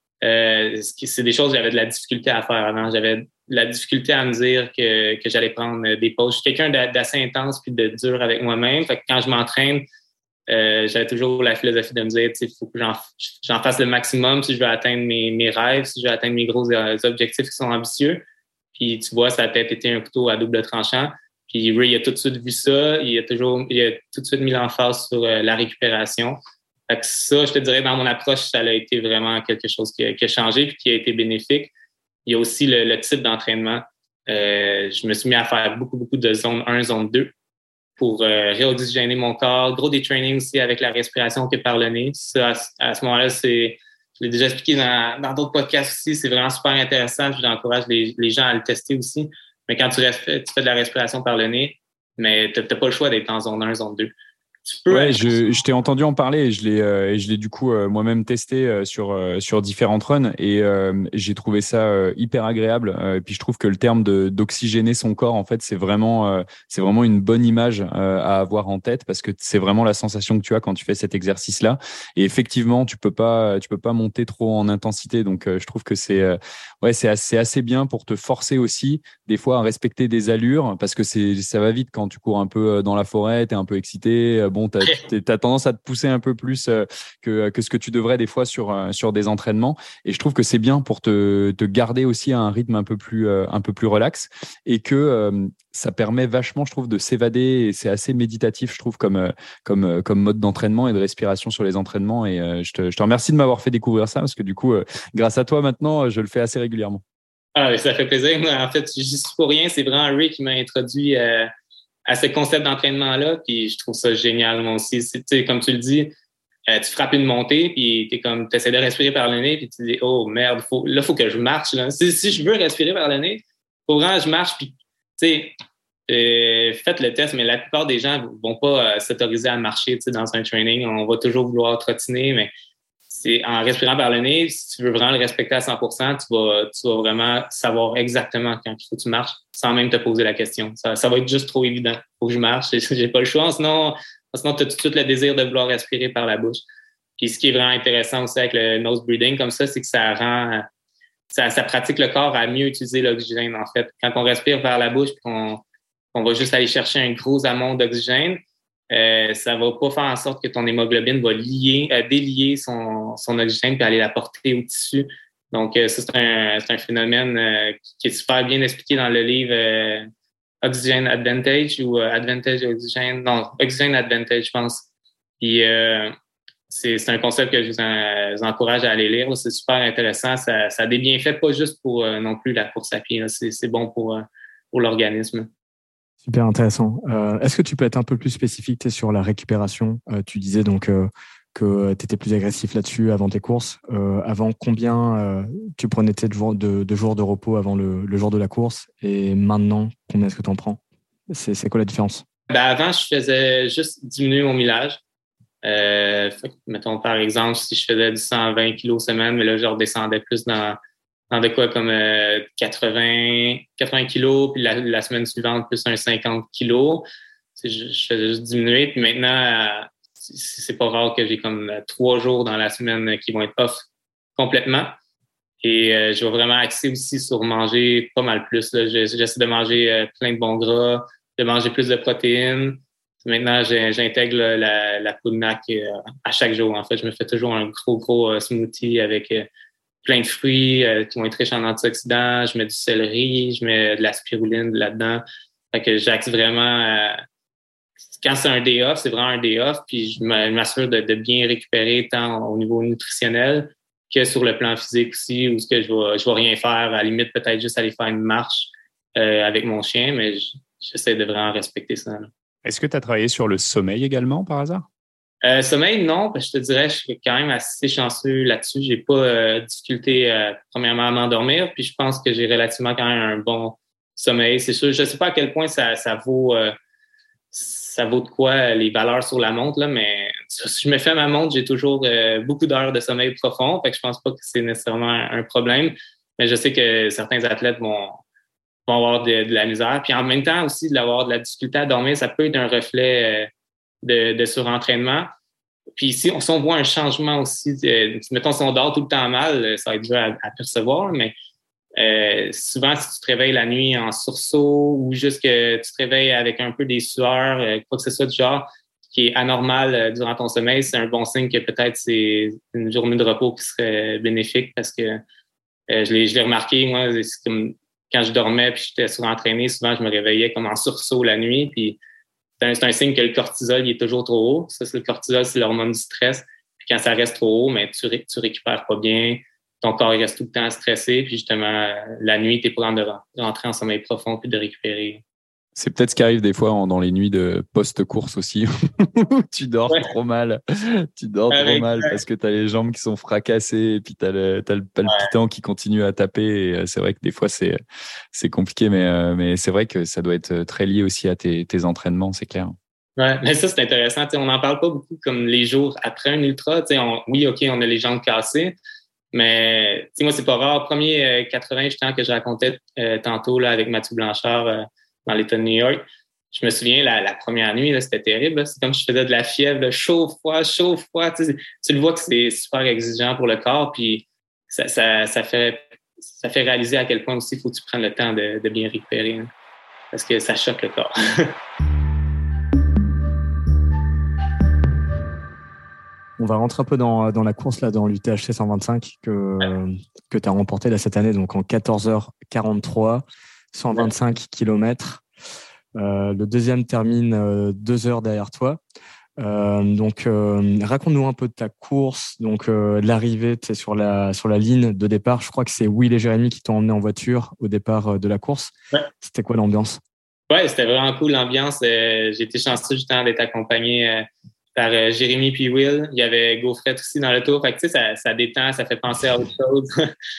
C'est des choses que j'avais de la difficulté à faire avant. J'avais de la difficulté à me dire que j'allais prendre des pauses. Je suis quelqu'un d'assez intense puis de dur avec moi-même. Fait que quand je m'entraîne, j'avais toujours la philosophie de me dire, il faut que j'en fasse le maximum si je veux atteindre mes rêves, si je veux atteindre mes gros objectifs qui sont ambitieux. Puis tu vois, ça a peut-être été un couteau à double tranchant. Puis Ray a tout de suite vu ça. Il a tout de suite mis l'emphase sur la récupération. Fait que ça, je te dirais, dans mon approche, ça a été vraiment quelque chose qui a changé puis qui a été bénéfique. Il y a aussi le type d'entraînement. Je me suis mis à faire beaucoup de zone 1, zone 2 pour réoxygéner mon corps. Gros des trainings aussi avec la respiration que par le nez. Ça, à ce moment-là, je l'ai déjà expliqué dans d'autres podcasts aussi, c'est vraiment super intéressant. J'encourage les gens à le tester aussi. Mais quand tu fais de la respiration par le nez, mais tu n'as pas le choix d'être en zone 1, zone 2. Ouais, je t'ai entendu en parler et je l'ai du coup moi-même testé sur différentes runs, et j'ai trouvé ça hyper agréable. Et puis je trouve que le terme d'oxygéner son corps, en fait, c'est vraiment une bonne image à avoir en tête, parce que c'est vraiment la sensation que tu as quand tu fais cet exercice-là. Et effectivement, tu peux pas monter trop en intensité. Donc je trouve que c'est assez bien pour te forcer aussi des fois à respecter des allures, parce que ça va vite quand tu cours un peu dans la forêt, t'es un peu excité. bon, t'as tendance à te pousser un peu plus que ce que tu devrais des fois sur des entraînements. Et je trouve que c'est bien pour te garder aussi à un rythme un peu plus relax et que ça permet vachement, je trouve, de s'évader. Et c'est assez méditatif, je trouve, comme mode d'entraînement et de respiration sur les entraînements. Et je te remercie de m'avoir fait découvrir ça parce que du coup, grâce à toi maintenant, je le fais assez régulièrement. Ah, ça fait plaisir. Moi, en fait, je dis pour rien, c'est vraiment Ray qui m'a introduit à ce concept d'entraînement-là. Puis je trouve ça génial, moi aussi. Comme tu le dis, tu frappes une montée, puis tu essaies de respirer par le nez, puis tu dis, oh merde, faut que je marche. Là. Si je veux respirer par le nez, faut vraiment que je marche. Puis, faites le test, mais la plupart des gens vont pas s'autoriser à marcher dans un training. On va toujours vouloir trottiner, mais c'est en respirant par le nez, si tu veux vraiment le respecter à 100%, tu vas vraiment savoir exactement quand il faut que tu marches sans même te poser la question. Ça va être juste trop évident. Il faut que je marche, j'ai pas le choix. Sinon tu as tout de suite le désir de vouloir respirer par la bouche. Puis ce qui est vraiment intéressant aussi avec le nose breathing comme ça, c'est que ça pratique le corps à mieux utiliser l'oxygène, en fait. Quand on respire par la bouche, puis qu'on va juste aller chercher un gros amont d'oxygène, ça va pas faire en sorte que ton hémoglobine va délier son oxygène puis aller l'apporter au tissu. Donc, ça, c'est un phénomène qui est super bien expliqué dans le livre Oxygen Advantage ou Advantage Oxygen. Non, Oxygen Advantage, je pense. Puis, c'est un concept que je vous encourage à aller lire. C'est super intéressant. Ça a des bienfaits, pas juste pour non plus la course à pied. C'est bon pour l'organisme. Super intéressant. Est-ce que tu peux être un peu plus spécifique sur la récupération? Tu disais donc que tu étais plus agressif là-dessus avant tes courses. Avant, combien tu prenais de jours de repos avant le jour de la course? Et maintenant, combien est-ce que tu en prends? C'est quoi la différence? Avant, je faisais juste diminuer mon millage. Mettons, par exemple, si je faisais du 120 kilos semaine, mais là, je redescendais plus dans de quoi comme 80 kilos, puis la semaine suivante, plus un 50 kilos. Je faisais juste diminuer. Puis maintenant, c'est pas rare que j'ai comme 3 jours dans la semaine qui vont être off complètement. Et je vais vraiment axer aussi sur manger pas mal plus. Là. J'essaie de manger plein de bons gras, de manger plus de protéines. Maintenant, j'intègre la poudre NAC à chaque jour. En fait, je me fais toujours un gros smoothie avec plein de fruits qui vont être riches en antioxydants. Je mets du céleri, je mets de la spiruline là-dedans. Fait que j'axe vraiment... quand c'est un day off, c'est vraiment un day off. Puis je m'assure de bien récupérer tant au niveau nutritionnel que sur le plan physique aussi, où je vais rien faire. À la limite, peut-être juste aller faire une marche avec mon chien, mais j'essaie de vraiment respecter ça. Là. Est-ce que tu as travaillé sur le sommeil également, par hasard? Sommeil, non, parce que je te dirais, je suis quand même assez chanceux là-dessus. J'ai pas de difficulté, premièrement, à m'endormir, puis je pense que j'ai relativement quand même un bon sommeil. C'est sûr, je sais pas à quel point ça vaut de quoi les valeurs sur la montre, là, mais si je me fais ma montre, j'ai toujours beaucoup d'heures de sommeil profond, fait que je pense pas que c'est nécessairement un problème, mais je sais que certains athlètes vont avoir de la misère. Puis en même temps aussi, d'avoir de la difficulté à dormir, ça peut être un reflet de surentraînement. Puis si on voit un changement aussi, mettons si on dort tout le temps mal, ça va être dur à percevoir, mais souvent si tu te réveilles la nuit en sursaut ou juste que tu te réveilles avec un peu des sueurs, quoi que ce soit du genre qui est anormal durant ton sommeil, c'est un bon signe que peut-être c'est une journée de repos qui serait bénéfique parce que je l'ai remarqué, moi, c'est comme quand je dormais puis j'étais surentraîné, souvent je me réveillais comme en sursaut la nuit, puis c'est un signe que le cortisol il est toujours trop haut. Ça, c'est le cortisol, c'est l'hormone du stress. Puis quand ça reste trop haut, mais tu récupères pas bien. Ton corps il reste tout le temps stressé. Puis justement, la nuit, tu es pas de rentrer en sommeil profond puis de récupérer. C'est peut-être ce qui arrive des fois dans les nuits de post-course aussi. Tu dors trop mal. Tu dors trop mal parce que tu as les jambes qui sont fracassées et puis tu as le palpitant qui continue à taper. Et c'est vrai que des fois, c'est compliqué, mais c'est vrai que ça doit être très lié aussi à tes entraînements, c'est clair. Ouais, mais ça, c'est intéressant. T'sais, on n'en parle pas beaucoup comme les jours après un ultra. Oui, OK, on a les jambes cassées, mais moi, c'est pas rare. Premier 80, justement, que je racontais tantôt là, avec Mathieu Blanchard dans l'État de New York. Je me souviens, la première nuit, là, c'était terrible. Là. C'est comme si je faisais de la fièvre, là, chaud, froid. Tu le vois que c'est super exigeant pour le corps, puis ça fait réaliser à quel point aussi il faut que tu prennes le temps de bien récupérer, hein, parce que ça choque le corps. On va rentrer un peu dans la course, là, dans l'UTHC 125 que tu as remporté là, cette année, donc en 14h43, 125 km. Le deuxième termine 2 heures derrière toi. Raconte-nous un peu de ta course. Donc, l'arrivée, tu sais, sur la ligne de départ. Je crois que c'est Will et Jérémy qui t'ont emmené en voiture au départ de la course. Ouais. C'était quoi l'ambiance? Ouais, c'était vraiment cool l'ambiance. J'ai été chanceux justement d'être accompagné par Jérémy puis Will. Il y avait Gaufret aussi dans le tour. Fait que tu sais, ça détend, ça fait penser à autre chose.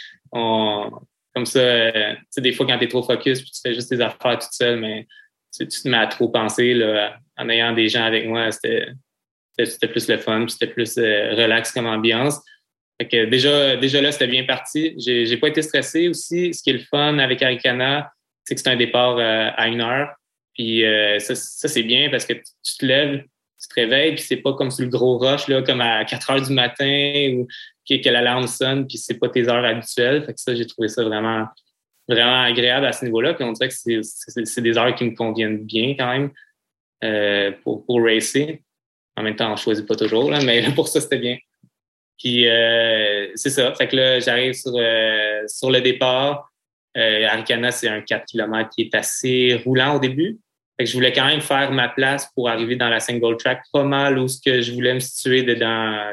Comme ça, tu sais, des fois quand t'es trop focus, puis tu fais juste tes affaires toute seule, mais tu te mets à trop penser là, en ayant des gens avec moi. C'était plus le fun, puis c'était plus relax comme ambiance. Fait que déjà là, c'était bien parti. J'ai pas été stressé aussi. Ce qui est le fun avec Arikana, c'est que c'est un départ à 1 heure. Puis ça, c'est bien parce que tu te lèves, tu te réveilles, puis c'est pas comme sur le gros rush, là, comme à 4 heures du matin ou que l'alarme sonne, puis c'est pas tes heures habituelles. Fait que ça, j'ai trouvé ça vraiment, vraiment agréable à ce niveau-là. Puis on dirait que c'est des heures qui me conviennent bien quand même pour racer. En même temps, on choisit pas toujours, là, mais là, pour ça, c'était bien. Puis c'est ça. Fait que là, j'arrive sur le départ. Arikana, c'est un 4 km qui est assez roulant au début. Fait que je voulais quand même faire ma place pour arriver dans la single track pas mal où ce que je voulais me situer dedans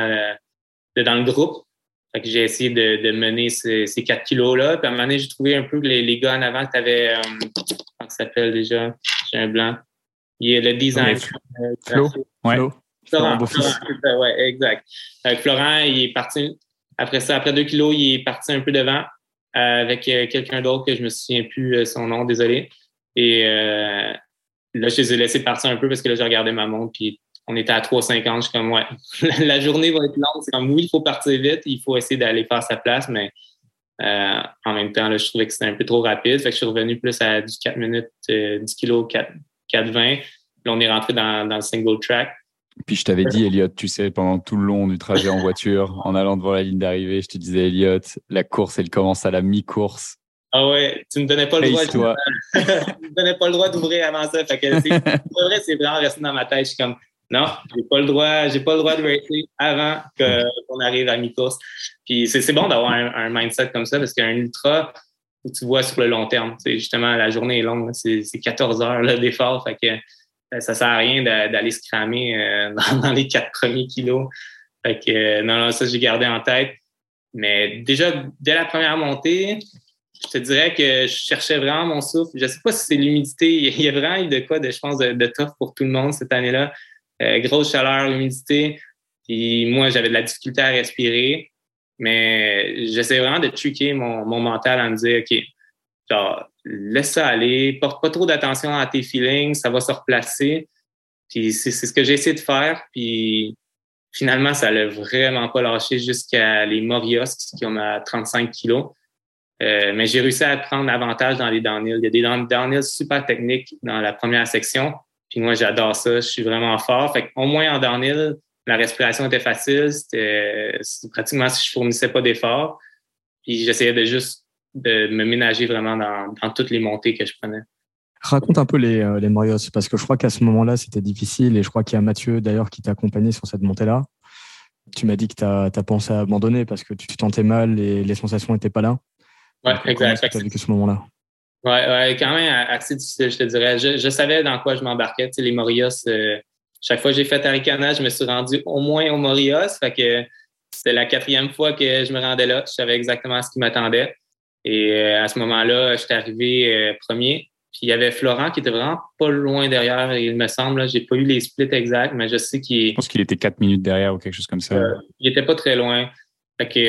le groupe. Fait que j'ai essayé de mener ces 4 kilos-là. Puis à un moment donné, j'ai trouvé un peu les gars en avant que t'avais, comment ça s'appelle déjà? J'ai un blanc. Il y a le design. Flo. Ouais. Florent, ouais, exact. Florent, il est parti, après 2 kilos, il est parti un peu devant avec quelqu'un d'autre que je me souviens plus son nom, désolé. Et là, je les ai laissés partir un peu parce que là, j'ai regardé ma montre puis on était à 3,50. Je suis comme, ouais, la journée va être longue. C'est comme, oui, il faut partir vite, il faut essayer d'aller faire sa place, mais en même temps, là, je trouvais que c'était un peu trop rapide. Fait que je suis revenu plus à du 4 minutes, 10 kilos, 4,20. Là, on est rentré dans le single track. Puis je t'avais dit, Elliot, tu sais, pendant tout le long du trajet en voiture, en allant devant la ligne d'arrivée, je te disais, Elliot, la course, elle commence à la mi-course. Ah ouais, tu me donnais pas le droit. Tu me donnais pas le droit d'ouvrir avant ça. Fait que pour vrai, c'est vraiment resté dans ma tête. Je suis comme, non, j'ai pas le droit de racer avant qu'on arrive à mi-course. Puis c'est bon d'avoir un mindset comme ça parce qu'un ultra où tu vois sur le long terme. C'est justement, la journée est longue, c'est 14 heures là, d'effort. Fait que ça sert à rien d'aller se cramer dans les 4 premiers kilos. Fait que non, ça, j'ai gardé en tête. Mais déjà, dès la première montée, je te dirais que je cherchais vraiment mon souffle. Je sais pas si c'est l'humidité. Il y a vraiment eu de quoi, je pense, de tough pour tout le monde cette année-là. Grosse chaleur, l'humidité. Puis moi, j'avais de la difficulté à respirer. Mais j'essayais vraiment de tricker mon mental à me dire, OK, genre, laisse ça aller, porte pas trop d'attention à tes feelings, ça va se replacer. Puis c'est ce que j'ai essayé de faire. Puis finalement, ça l'a vraiment pas lâché jusqu'à les Morios qui ont à 35 kilos. Mais j'ai réussi à prendre avantage dans les downhills. Il y a des downhills super techniques dans la première section. Puis moi, j'adore ça. Je suis vraiment fort. Fait qu'au moins en downhill, la respiration était facile. C'était pratiquement si je fournissais pas d'efforts. Puis j'essayais de me ménager vraiment dans toutes les montées que je prenais. Raconte un peu les Morios, parce que je crois qu'à ce moment-là, c'était difficile et je crois qu'il y a Mathieu d'ailleurs qui t'a accompagné sur cette montée-là. Tu m'as dit que tu as pensé à abandonner parce que tu te sentais mal et les sensations n'étaient pas là. Ouais, exact. Comment tu as vécu ce moment-là? Ouais, quand même assez difficile, je te dirais. Je savais dans quoi je m'embarquais. Tu sais, les Morios, chaque fois que j'ai fait Arikana, je me suis rendu au moins aux Morios. Fait que c'était la 4e fois que je me rendais là. Je savais exactement ce qui m'attendait. Et à ce moment-là, j'étais arrivé premier. Puis il y avait Florent qui était vraiment pas loin derrière, il me semble. Là. J'ai pas eu les splits exacts, mais je sais qu'il... Je pense qu'il était 4 minutes derrière ou quelque chose comme ça. Il était pas très loin. Fait que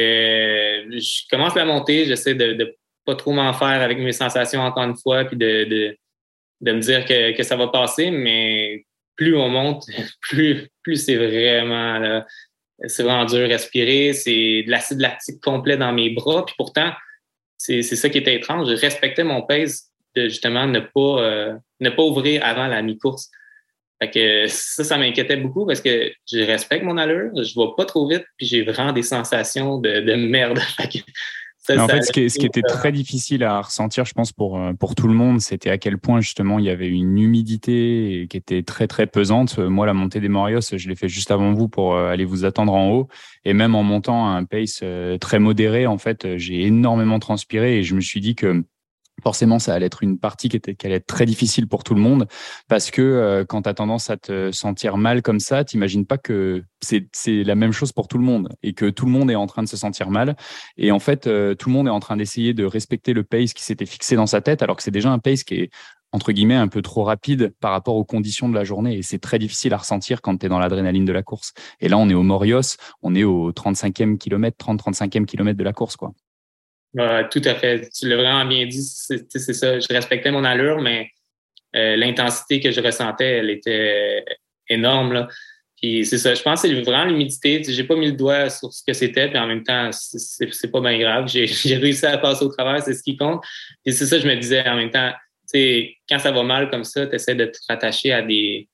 je commence la montée, j'essaie de pas trop m'en faire avec mes sensations encore une fois, puis de me dire que ça va passer, mais plus on monte, plus c'est vraiment là, c'est vraiment dur à respirer, c'est de l'acide lactique complet dans mes bras, puis pourtant, c'est ça qui était étrange. Je respectais mon pace de justement ne pas ouvrir avant la mi-course. Fait que ça m'inquiétait beaucoup parce que je respecte mon allure, je vais pas trop vite, puis j'ai vraiment des sensations de merde. Fait que Mais en fait, ce qui était très difficile à ressentir, je pense, pour tout le monde, c'était à quel point, justement, il y avait une humidité qui était très, très pesante. Moi, la montée des Morios, je l'ai fait juste avant vous pour aller vous attendre en haut. Et même en montant à un pace très modéré, en fait, j'ai énormément transpiré et je me suis dit que forcément, ça allait être une partie qui allait être très difficile pour tout le monde parce que quand tu as tendance à te sentir mal comme ça, t'imagines pas que c'est la même chose pour tout le monde et que tout le monde est en train de se sentir mal. Et en fait, tout le monde est en train d'essayer de respecter le pace qui s'était fixé dans sa tête alors que c'est déjà un pace qui est entre guillemets un peu trop rapide par rapport aux conditions de la journée et c'est très difficile à ressentir quand tu es dans l'adrénaline de la course. Et là, on est au Morios, on est au 35e kilomètre, 30-35e kilomètre de la course, quoi. Tout à fait. Tu l'as vraiment bien dit. C'est ça. Je respectais mon allure, mais l'intensité que je ressentais, elle était énorme, là. Puis c'est ça. Je pense que c'est vraiment l'humidité. J'ai pas mis le doigt sur ce que c'était, puis en même temps, c'est pas bien grave. J'ai réussi à passer au travers, c'est ce qui compte. Et c'est ça, je me disais en même temps, tu sais, quand ça va mal comme ça, tu essaies de te rattacher à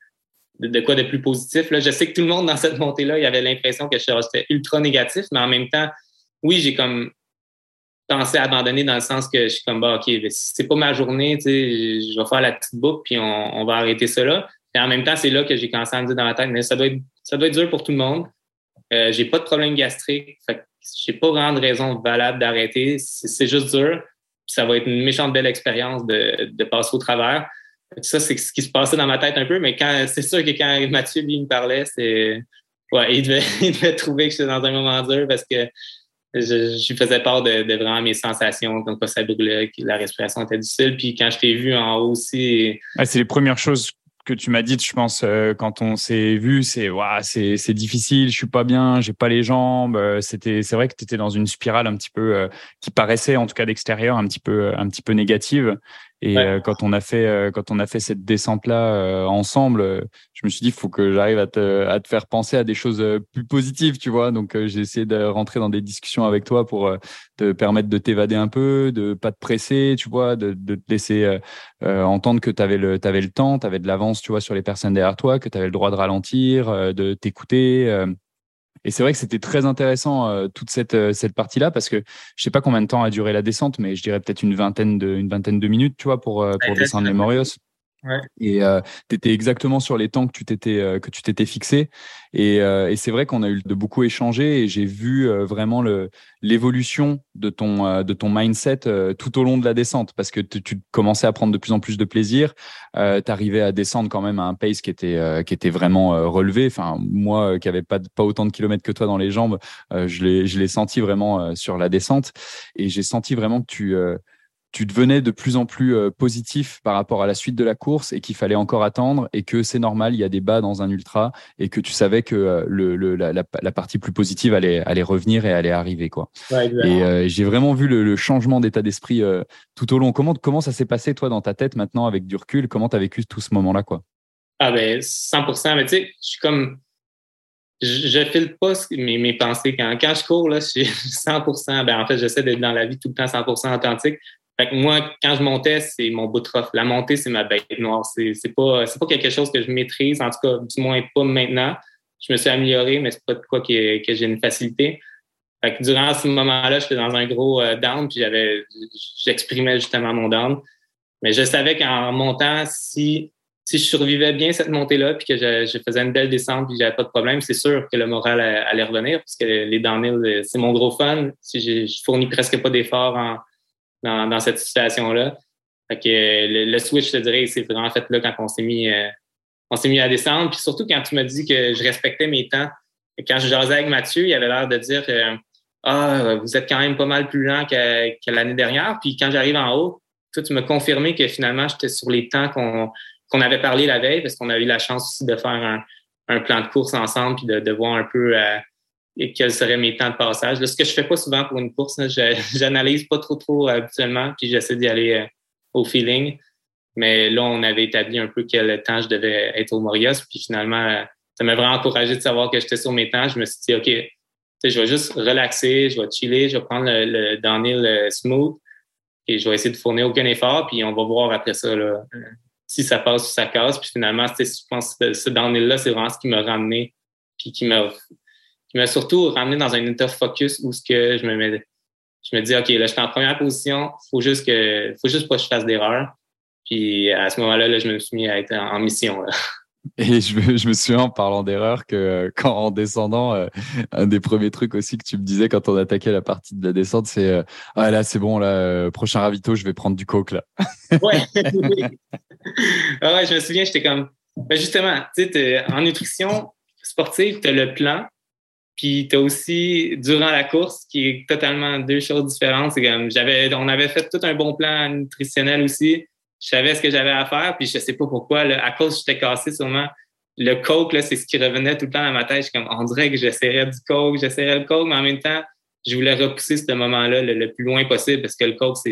de quoi de plus positif. Là. Je sais que tout le monde dans cette montée-là, il avait l'impression que j'étais ultra négatif, mais en même temps, oui, j'ai comme pensé à abandonner dans le sens que je suis comme, bah, OK, c'est pas ma journée, tu sais, je vais faire la petite boucle puis on va arrêter ça là. Et en même temps, c'est là que j'ai commencé à me dire dans ma tête, mais ça doit être dur pour tout le monde. J'ai pas de problème gastrique, fait que j'ai pas vraiment de raison valable d'arrêter. C'est juste dur. Ça va être une méchante belle expérience de passer au travers. Ça, c'est ce qui se passait dans ma tête un peu, mais c'est sûr que quand Mathieu, lui, me parlait, ouais, il devait trouver que j'étais dans un moment dur parce que je lui faisais part de vraiment mes sensations, comme quoi ça brûlait, que la respiration était difficile. Puis quand je t'ai vu en haut aussi... C'est les premières choses que tu m'as dites, je pense, quand on s'est vu, c'est difficile, je suis pas bien, j'ai pas les jambes. C'est vrai que tu étais dans une spirale un petit peu qui paraissait, en tout cas d'extérieur, un petit peu négative. Et ouais. Quand on a fait cette descente là ensemble, je me suis dit il faut que j'arrive à te faire penser à des choses plus positives, tu vois. Donc j'ai essayé de rentrer dans des discussions avec toi pour te permettre de t'évader un peu, de pas te presser, tu vois, de te laisser entendre que tu avais le temps, tu avais de l'avance, tu vois, sur les personnes derrière toi, que tu avais le droit de ralentir, de t'écouter. Et c'est vrai que c'était très intéressant toute cette partie-là parce que je sais pas combien de temps a duré la descente, mais je dirais peut-être une vingtaine de minutes, tu vois, pour descendre les Morios. Ouais. Et tu étais exactement sur les temps que tu t'étais fixé. Et c'est vrai qu'on a eu de beaucoup échanger et j'ai vu vraiment l'évolution de ton mindset tout au long de la descente parce que tu commençais à prendre de plus en plus de plaisir. Tu arrivais à descendre quand même à un pace qui était vraiment relevé. Enfin, moi qui n'avais pas autant de kilomètres que toi dans les jambes, je l'ai senti vraiment sur la descente et j'ai senti vraiment que tu devenais de plus en plus positif par rapport à la suite de la course et qu'il fallait encore attendre et que c'est normal, il y a des bas dans un ultra et que tu savais que la partie plus positive allait revenir et allait arriver, quoi. Ouais, Et j'ai vraiment vu le changement d'état d'esprit tout au long. Comment ça s'est passé, toi, dans ta tête maintenant avec du recul? Comment tu as vécu tout ce moment-là, quoi? Ah ben 100%, mais tu sais, je suis comme... Je file pas mes pensées. Quand je cours, là, je suis 100%... Ben, en fait, j'essaie d'être dans la vie tout le temps 100% authentique. Fait que moi, quand je montais, c'est mon bout de rough. La montée, c'est ma bête noire. C'est pas quelque chose que je maîtrise, en tout cas, du moins pas maintenant. Je me suis amélioré, mais c'est pas de quoi que j'ai une facilité. Fait que durant ce moment-là, j'étais dans un gros down, puis j'exprimais justement mon down. Mais je savais qu'en montant, si je survivais bien cette montée-là, puis que je faisais une belle descente, puis j'avais pas de problème, c'est sûr que le moral allait revenir, parce que les downhill, c'est mon gros fun. Je fournis presque pas d'efforts dans cette situation-là. Fait que le switch, je te dirais, c'est vraiment fait là quand on s'est mis à descendre. Puis surtout quand tu m'as dit que je respectais mes temps. Et quand je jasais avec Mathieu, il avait l'air de dire vous êtes quand même pas mal plus lent que l'année dernière. Puis quand j'arrive en haut, toi, tu m'as confirmé que finalement, j'étais sur les temps qu'on avait parlé la veille, parce qu'on a eu la chance aussi de faire un plan de course ensemble, puis de voir un peu quels seraient mes temps de passage. Là, ce que je fais pas souvent pour une course, là, j'analyse pas trop habituellement, puis j'essaie d'y aller au feeling. Mais là, on avait établi un peu quel temps je devais être au Morios, puis finalement, ça m'a vraiment encouragé de savoir que j'étais sur mes temps. Je me suis dit, OK, je vais juste relaxer, je vais chiller, je vais prendre le downhill smooth, et je vais essayer de fournir aucun effort, puis on va voir après ça là, si ça passe ou ça casse. Puis finalement, je pense que ce downhill-là, c'est vraiment ce qui m'a ramené, puis qui m'a surtout ramené dans un état focus où ce que je me mets je me dis, OK, là, je suis en première position. Faut juste pas que je fasse d'erreur. Puis à ce moment-là, je me suis mis à être en mission, là. Et je me souviens, en parlant d'erreur, que quand en descendant, un des premiers trucs aussi que tu me disais quand on attaquait la partie de la descente, c'est ah là, c'est bon, là, prochain ravito, je vais prendre du coke, là. Ouais, oui. Ah ouais, je me souviens, j'étais comme, ben justement, tu sais, en nutrition sportive, tu as le plan, puis tu as aussi durant la course, qui est totalement deux choses différentes. C'est comme, on avait fait tout un bon plan nutritionnel aussi. Je savais ce que j'avais à faire, puis je sais pas pourquoi, là, à cause que j'étais cassé sûrement. Le coke, là, c'est ce qui revenait tout le temps dans ma tête. Je suis comme, on dirait que j'essaierais le coke, mais en même temps, je voulais repousser ce moment-là le plus loin possible parce que le coke,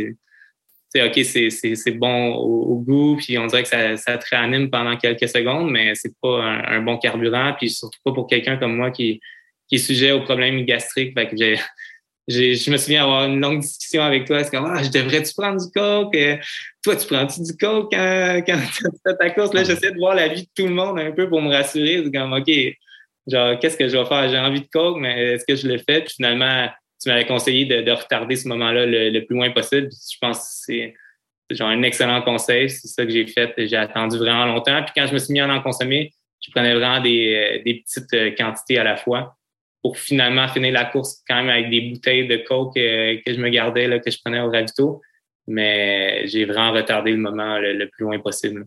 OK, c'est bon au goût, puis on dirait que ça te réanime pendant quelques secondes, mais c'est pas un bon carburant, puis surtout pas pour quelqu'un comme moi qui est sujet aux problèmes gastriques. Fait que je me souviens avoir une longue discussion avec toi. C'est comme, je devrais-tu prendre du coke? Toi, tu prends-tu du coke quand tu fais ta course? Là, j'essaie de voir la vie de tout le monde un peu pour me rassurer. C'est comme, OK, genre, qu'est-ce que je vais faire? J'ai envie de coke, mais est-ce que je le fais? Puis finalement, tu m'avais conseillé de retarder ce moment-là le plus loin possible. Puis je pense que c'est genre un excellent conseil. C'est ça que j'ai fait. J'ai attendu vraiment longtemps. Puis quand je me suis mis à en consommer, je prenais vraiment des petites quantités à la fois pour finalement finir la course quand même avec des bouteilles de coke que je me gardais, là, que je prenais au ravito. Mais j'ai vraiment retardé le moment le plus loin possible.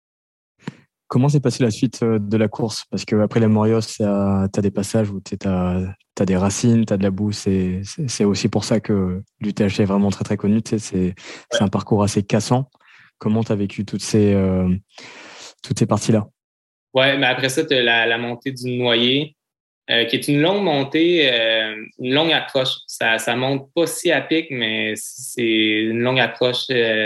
Comment s'est passée la suite de la course? Parce qu'après les Morios, tu as des passages où tu as des racines, tu as de la boue. C'est aussi pour ça que l'UTHC est vraiment très, très connu. C'est un parcours assez cassant. Comment tu as vécu toutes ces parties-là? Ouais, mais après ça, tu as la montée du Noyer, qui est une longue montée, une longue approche. Ça monte pas si à pic, mais c'est une longue approche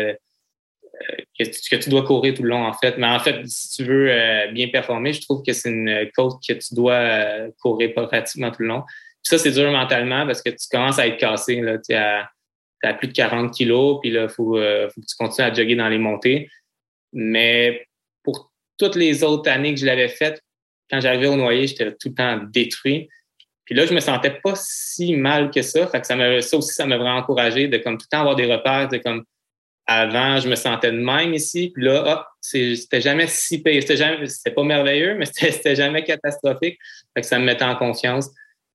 que tu dois courir tout le long, en fait. Mais en fait, si tu veux bien performer, je trouve que c'est une côte que tu dois courir pratiquement tout le long. Puis ça, c'est dur mentalement parce que tu commences à être cassé. Tu as plus de 40 kilos, puis là, faut que tu continues à jogger dans les montées. Mais pour toutes les autres années que je l'avais faites, quand j'arrivais au Noyer, j'étais tout le temps détruit. Puis là, je me sentais pas si mal que ça. Fait que ça aussi, ça m'a vraiment encouragé de comme tout le temps avoir des repères, de comme avant, je me sentais de même ici. Puis là, c'était jamais si pire. C'était pas merveilleux, mais c'était jamais catastrophique. Fait que ça me mettait en confiance.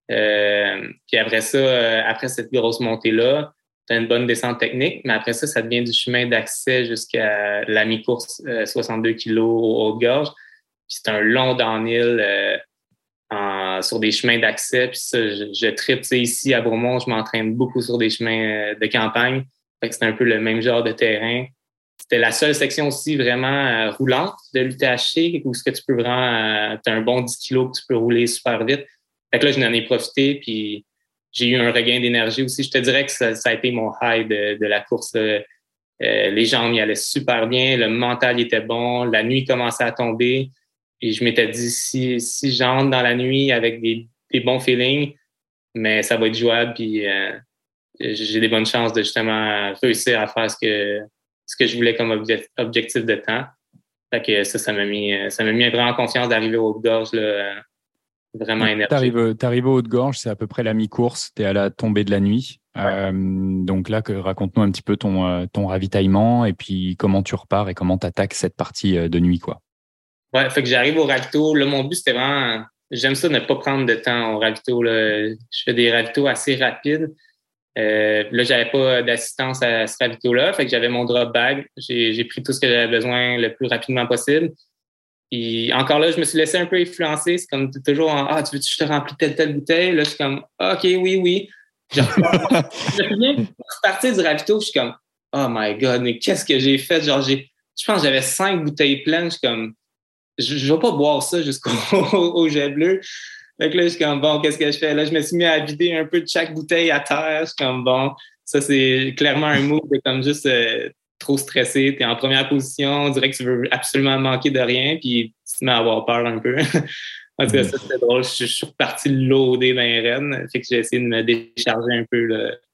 Puis après ça, après cette grosse montée-là, tu as une bonne descente technique, mais après ça, ça devient du chemin d'accès jusqu'à la mi-course 62 kilos aux Hautes-Gorges. Puis c'est un long downhill sur des chemins d'accès. Puis ça, je tripe. Ici, à Bromont, je m'entraîne beaucoup sur des chemins de campagne. Fait que c'était un peu le même genre de terrain. C'était la seule section aussi vraiment roulante de l'UTHC où ce que tu peux vraiment... tu as un bon 10 kilos que tu peux rouler super vite. Fait que là, je n'en ai profité, puis j'ai eu un regain d'énergie aussi. Je te dirais que ça a été mon high de la course. Les jambes y allaient super bien, le mental était bon, la nuit commençait à tomber. Et je m'étais dit, si j'entre dans la nuit avec des bons feelings, mais ça va être jouable, puis j'ai des bonnes chances de justement réussir à faire ce que je voulais comme objectif de temps. Fait que ça m'a mis vraiment en confiance d'arriver aux Hautes-Gorges, là, vraiment énergique. T'arrives aux Hautes-Gorges, c'est à peu près la mi-course, t'es à la tombée de la nuit. Ouais. Donc là, raconte-nous un petit peu ton ravitaillement et puis comment tu repars et comment t'attaques cette partie de nuit, quoi. Ouais, fait que j'arrive au ravito. Là, mon but, c'était vraiment... J'aime ça ne pas prendre de temps au ravito, là. Je fais des ravitos assez rapides. Là, j'avais pas d'assistance à ce ravito-là. Fait que j'avais mon drop bag. J'ai pris tout ce que j'avais besoin le plus rapidement possible. Puis encore là, je me suis laissé un peu influencer. C'est comme toujours tu veux que je te remplis telle bouteille? Là, je suis comme OK, oui. Je viens partir du ravito, je suis comme oh my God, mais qu'est-ce que j'ai fait? Genre, je pense que j'avais 5 bouteilles pleines. Je suis comme je vais pas boire ça jusqu'au jet bleu. Fait que là, je suis comme, bon, qu'est-ce que je fais? Là, je me suis mis à vider un peu de chaque bouteille à terre. Je suis comme, bon, ça, c'est clairement un move de comme juste trop stressé. T'es en première position, on dirait que tu veux absolument manquer de rien, puis tu te mets à avoir peur un peu. En tout cas, ça, c'était drôle. Je suis reparti loader dans les rennes. Fait que j'ai essayé de me décharger un peu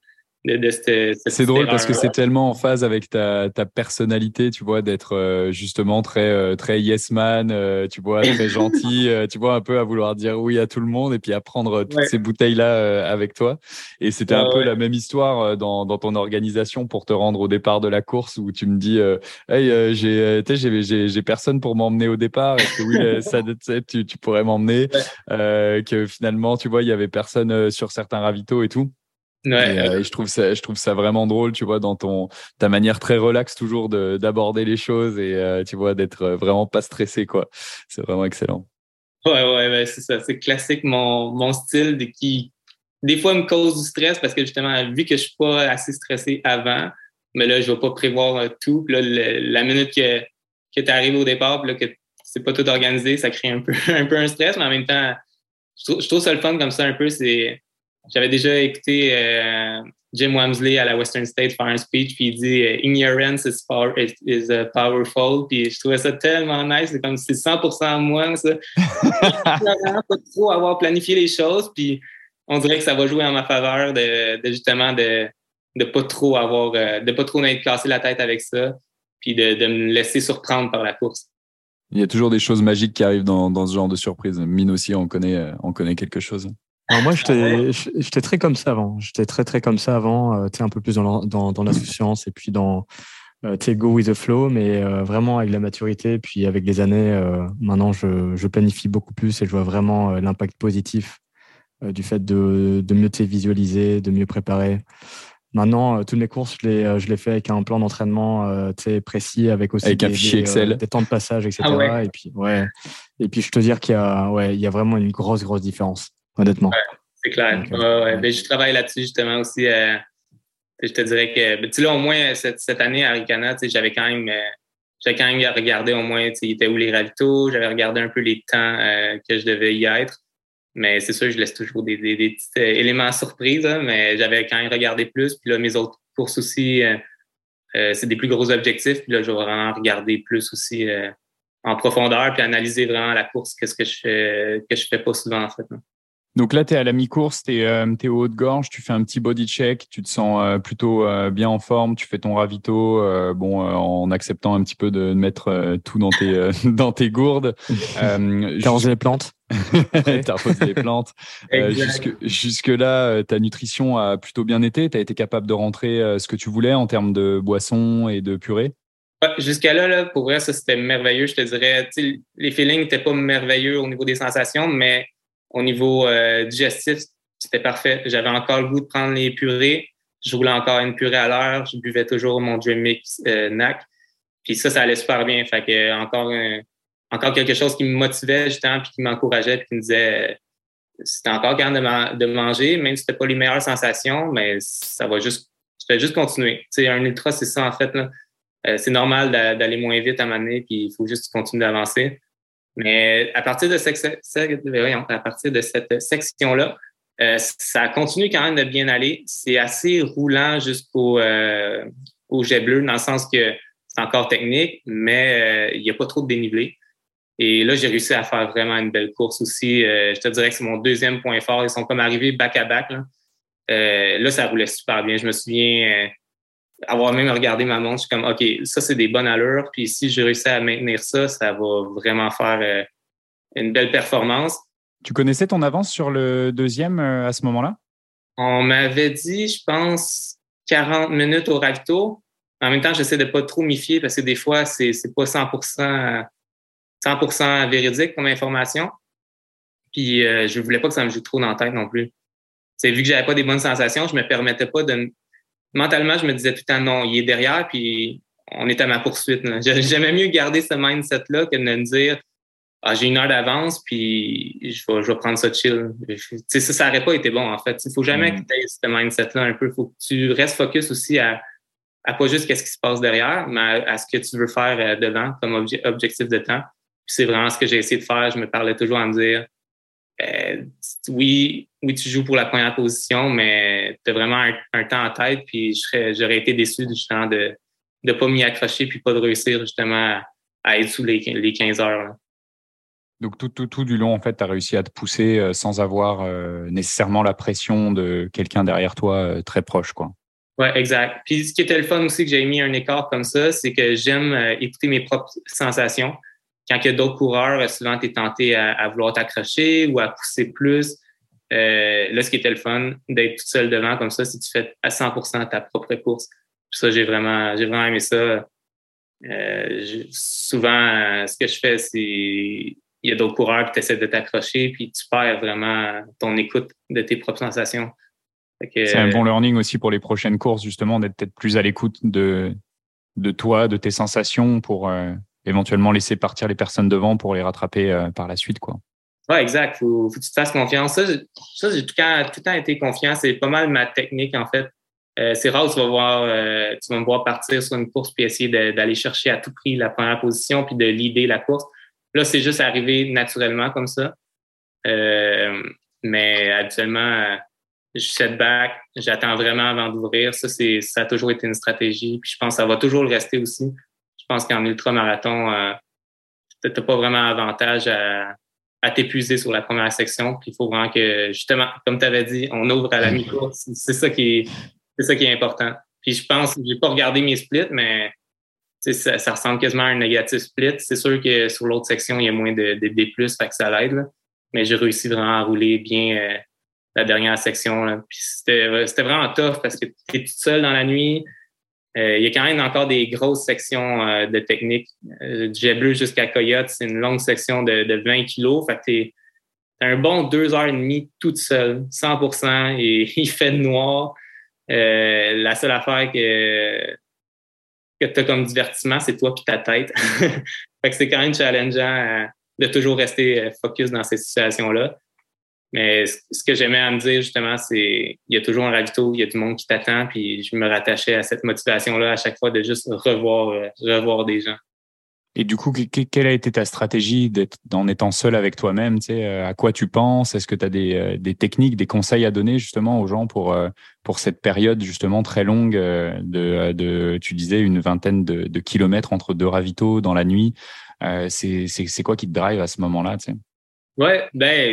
C'est drôle parce que c'est tellement en phase avec ta personnalité, tu vois, d'être justement très yes man, tu vois, très gentil, tu vois, un peu à vouloir dire oui à tout le monde et puis à prendre toutes ces bouteilles-là avec toi. Et c'était un peu la même histoire dans ton organisation pour te rendre au départ de la course où tu me dis hey, j'ai personne pour m'emmener au départ. Est-ce que oui, tu pourrais m'emmener que finalement, tu vois, il y avait personne sur certains ravitaux et tout. Et je trouve ça vraiment drôle, tu vois, dans ta manière très relaxe toujours d'aborder les choses et tu vois, d'être vraiment pas stressé, quoi. C'est vraiment excellent. Ouais, c'est ça. C'est classique mon style qui, des fois, me cause du stress parce que justement, vu que je suis pas assez stressé avant, mais là, je vais pas prévoir tout. Puis là, la minute que tu arrives au départ, puis là, que c'est pas tout organisé, ça crée un peu un stress, mais en même temps, je trouve ça le fun comme ça un peu. J'avais déjà écouté Jim Wamsley à la Western State faire un speech, puis il dit Ignorance is powerful. Puis je trouvais ça tellement nice. C'est comme si c'est 100% moi, ça. Pas trop avoir planifié les choses, puis on dirait que ça va jouer en ma faveur de justement de pas trop avoir, de pas trop m'être cassé la tête avec ça, puis de me laisser surprendre par la course. Il y a toujours des choses magiques qui arrivent dans ce genre de surprise. Mine aussi, on connaît quelque chose. Alors moi, j'étais très comme ça avant. J'étais très comme ça avant. Tu sais, un peu plus dans l'insouciance et puis dans go with the flow, mais vraiment avec la maturité, puis avec les années, maintenant je planifie beaucoup plus et je vois vraiment l'impact positif du fait de mieux te visualiser, de mieux préparer. Maintenant, toutes mes courses, je les fais avec un plan d'entraînement précis, avec aussi avec un fichier Excel, des temps de passage, etc. Ah ouais. Et puis je te dire qu'il y a vraiment une grosse différence, honnêtement. Ouais, c'est clair. Donc, Ben, je travaille là-dessus justement aussi. Je te dirais que, tu sais, là, au moins, cette année à Ricana, j'avais quand même regardé au moins, il était où les ravitaux, j'avais regardé un peu les temps que je devais y être. Mais c'est sûr, je laisse toujours des petits éléments surprises, hein, mais j'avais quand même regardé plus. Puis là, mes autres courses aussi, c'est des plus gros objectifs. Puis là, je vais vraiment regarder plus aussi en profondeur, puis analyser vraiment la course, qu'est-ce que je fais pas souvent, en fait. Hein. Donc là, tu es à la mi-course, tu es au haut de gorge, tu fais un petit body check, tu te sens plutôt bien en forme, tu fais ton ravito en acceptant un petit peu de mettre tout dans tes gourdes. T'as arrosé les plantes. T'as arrosé les plantes. Jusque-là, ta nutrition a plutôt bien été. Tu as été capable de rentrer ce que tu voulais en termes de boissons et de purée. Jusqu'à là, pour vrai, ça, c'était merveilleux. Je te dirais, les feelings n'étaient pas merveilleux au niveau des sensations, mais au niveau digestif, c'était parfait. J'avais encore le goût de prendre les purées. Je roulais encore une purée à l'heure. Je buvais toujours mon Dream Mix NAC. Puis ça allait super bien. Fait que encore quelque chose qui me motivait justement, puis qui m'encourageait, puis qui me disait c'était encore quand même de manger, même si c'était pas les meilleures sensations, mais ça va juste, je vais juste continuer. Tu sais, un ultra, c'est ça en fait là. C'est normal d'aller moins vite à un moment donné, puis il faut juste continuer d'avancer. Mais à partir de cette section-là, ça continue quand même de bien aller. C'est assez roulant jusqu'au jet bleu, dans le sens que c'est encore technique, mais il n'y a pas trop de dénivelé. Et là, j'ai réussi à faire vraiment une belle course aussi. Je te dirais que c'est mon deuxième point fort. Ils sont comme arrivés back-à-back. Là, ça roulait super bien. Je me souviens avoir même regardé ma montre. Je suis comme, OK, ça, c'est des bonnes allures. Puis si je réussis à maintenir ça, ça va vraiment faire une belle performance. Tu connaissais ton avance sur le deuxième à ce moment-là? On m'avait dit, je pense, 40 minutes au ravito. En même temps, j'essaie de pas trop m'y fier parce que des fois, c'est pas 100% véridique comme information. Puis je voulais pas que ça me joue trop dans la tête non plus. C'est vu que j'avais pas des bonnes sensations, je me permettais pas de... Mentalement, je me disais tout le temps non, il est derrière, puis on est à ma poursuite. Là. J'aimais mieux garder ce mindset-là que de me dire j'ai une heure d'avance, puis je vais prendre ça chill. Ça n'aurait pas été bon, en fait. Il faut jamais que tu aies ce mindset-là un peu. Il faut que tu restes focus aussi à pas juste qu'est-ce qui se passe derrière, mais à ce que tu veux faire devant comme objectif de temps. Puis c'est vraiment ce que j'ai essayé de faire. Je me parlais toujours à me dire oui, tu joues pour la première position, mais tu as vraiment un temps en tête, puis j'aurais été déçu justement de ne pas m'y accrocher puis pas de réussir justement à être sous les 15 heures. Là. Donc tout du long, en fait, tu as réussi à te pousser sans avoir nécessairement la pression de quelqu'un derrière toi très proche, quoi. Ouais, exact. Puis ce qui était le fun aussi que j'ai mis un écart comme ça, c'est que j'aime écouter mes propres sensations. Quand il y a d'autres coureurs, souvent tu es tenté à vouloir t'accrocher ou à pousser plus. Là, ce qui était le fun, d'être tout seul devant comme ça, si tu fais à 100% ta propre course. Puis ça, j'ai vraiment aimé ça. Souvent, ce que je fais, c'est il y a d'autres coureurs qui essaient de t'accrocher, puis tu perds vraiment ton écoute de tes propres sensations. C'est un bon learning aussi pour les prochaines courses, justement, d'être peut-être plus à l'écoute de toi, de tes sensations pour éventuellement laisser partir les personnes devant pour les rattraper par la suite, quoi. Ouais, exact. Faut que tu te fasses confiance. Ça, j'ai tout le temps été confiant. C'est pas mal ma technique, en fait. C'est rare où tu vas me voir partir sur une course puis essayer d'aller chercher à tout prix la première position puis de leader la course. Là, c'est juste arrivé naturellement comme ça. Mais habituellement, je set back, j'attends vraiment avant d'ouvrir. Ça a toujours été une stratégie. Puis je pense que ça va toujours le rester aussi. Je pense qu'en ultramarathon, t'as pas vraiment avantage à t'épuiser sur la première section. Puis il faut vraiment que, justement, comme tu avais dit, on ouvre à la mi-course. C'est ça qui est important. Puis je pense, j'ai pas regardé mes splits, mais ça ressemble quasiment à un négatif split. C'est sûr que sur l'autre section, il y a moins de D+, fait que ça l'aide. Là. Mais j'ai réussi vraiment à rouler bien la dernière section. Là. Puis c'était vraiment tough parce que tu es tout seul dans la nuit. Il y a quand même encore des grosses sections de technique. Du jet bleu jusqu'à Coyote, c'est une longue section de 20 kilos. Fait que t'es un bon 2h30 toute seule, 100%, et il fait noir. La seule affaire que tu as comme divertissement, c'est toi puis ta tête. Fait que c'est quand même challengeant de toujours rester focus dans ces situations-là. Mais ce que j'aimais à me dire, justement, c'est il y a toujours un ravito, il y a du monde qui t'attend, puis je me rattachais à cette motivation-là à chaque fois de juste revoir des gens. Et du coup, quelle a été ta stratégie en étant seul avec toi-même, tu sais, à quoi tu penses? Est-ce que tu as des techniques, des conseils à donner justement aux gens pour cette période justement très longue tu disais, une vingtaine de kilomètres entre deux ravitaux dans la nuit? C'est quoi qui te drive à ce moment-là, tu sais? Ouais,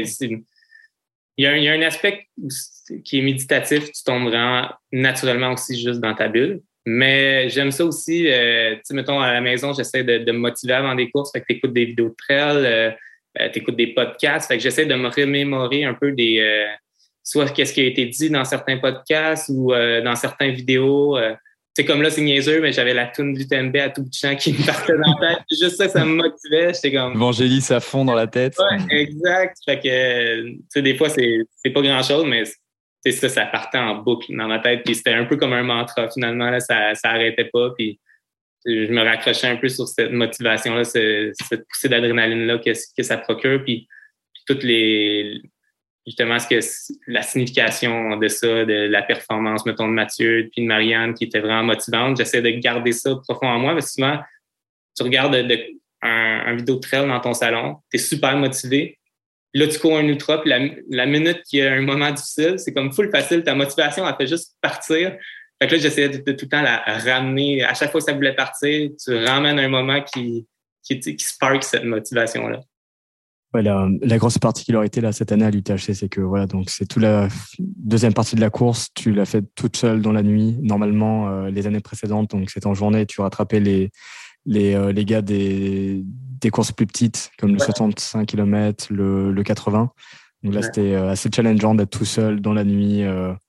il y a un aspect qui est méditatif, tu tombes vraiment naturellement aussi juste dans ta bulle. Mais j'aime ça aussi, tu sais, mettons, à la maison, j'essaie de me motiver avant des courses, fait que t'écoutes des vidéos de trail, t'écoutes des podcasts, fait que j'essaie de me remémorer un peu soit qu'est-ce qui a été dit dans certains podcasts ou dans certaines vidéos. C'est comme là, c'est niaiseux, mais j'avais la toune du TMB à tout bout de champ qui me partait dans la tête. Juste ça me motivait. J'étais comme... Évangélis à fond dans la tête. Ouais, exact. Fait que, tu sais, des fois, c'est pas grand-chose, mais ça partait en boucle dans ma tête. Puis c'était un peu comme un mantra, finalement. Là, ça arrêtait pas. Puis je me raccrochais un peu sur cette motivation-là, cette poussée d'adrénaline-là que ça procure. Puis toutes justement, la signification de ça, de la performance, mettons, de Mathieu puis de Marianne, qui était vraiment motivante. J'essaie de garder ça profond en moi, parce que souvent, tu regardes un vidéo de trail dans ton salon, tu es super motivé. Là, tu cours un ultra, puis la minute qu'il y a un moment difficile, c'est comme full facile. Ta motivation, elle fait juste partir. Fait que là, j'essayais de tout le temps la ramener. À chaque fois que ça voulait partir, tu ramènes un moment qui spark cette motivation-là. Ouais, la grosse particularité là cette année à l'UTHC, c'est que voilà, donc c'est toute la deuxième partie de la course, tu l'as fait toute seule dans la nuit. Normalement, les années précédentes, donc c'était en journée, tu rattrapais les gars des courses plus petites comme le 65 km, le 80. Donc là, c'était assez challengeant d'être tout seul dans la nuit.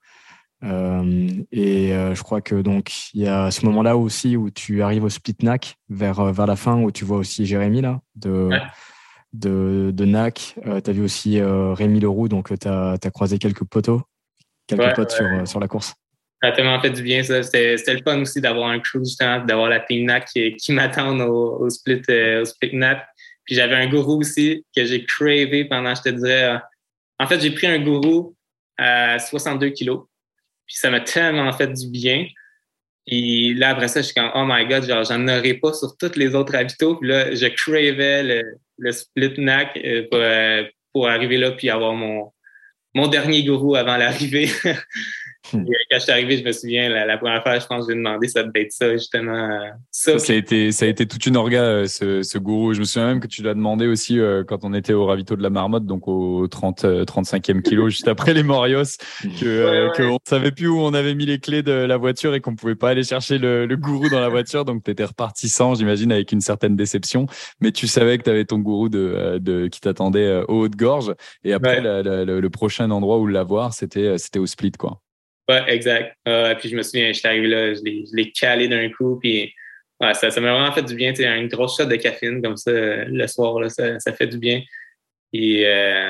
Je crois que donc il y a ce moment-là aussi où tu arrives au split NAC vers la fin, où tu vois aussi Jérémy là de NAC. Tu as vu aussi Rémi Leroux, donc tu as croisé quelques potes sur la course. Ça a tellement fait du bien, ça. C'était le fun aussi d'avoir un crew, justement, d'avoir la team NAC qui m'attendent au split NAC. Puis j'avais un gourou aussi que j'ai cravé pendant, je te dirais... en fait, j'ai pris un gourou à 62 kilos. Puis ça m'a tellement fait du bien. Puis là, après ça, je suis comme, oh my God, genre, j'en aurais pas sur tous les autres ravitaux. Puis là, je cravais le split NAC pour arriver là puis avoir mon dernier gourou avant l'arrivée. Et quand je suis arrivé, je me souviens, la première fois, je pense que j'ai demandé, ça devait être ça, justement. Ça a été toute une orga, ce gourou. Je me souviens même que tu l'as demandé aussi quand on était au ravito de la Marmotte, donc au 35e kilo, juste après les Morios, qu'on ne savait plus où on avait mis les clés de la voiture et qu'on ne pouvait pas aller chercher le gourou dans la voiture. Donc, tu étais reparti sans, j'imagine, avec une certaine déception. Mais tu savais que tu avais ton gourou qui t'attendait au haut de gorge. Et après, le prochain endroit où l'avoir, c'était au Split, quoi. Ouais, exact. Puis je me souviens, j'étais arrivé là, je l'ai calé d'un coup, puis ça m'a vraiment fait du bien. Tu sais, une grosse shot de caféine comme ça le soir, là, ça fait du bien. Puis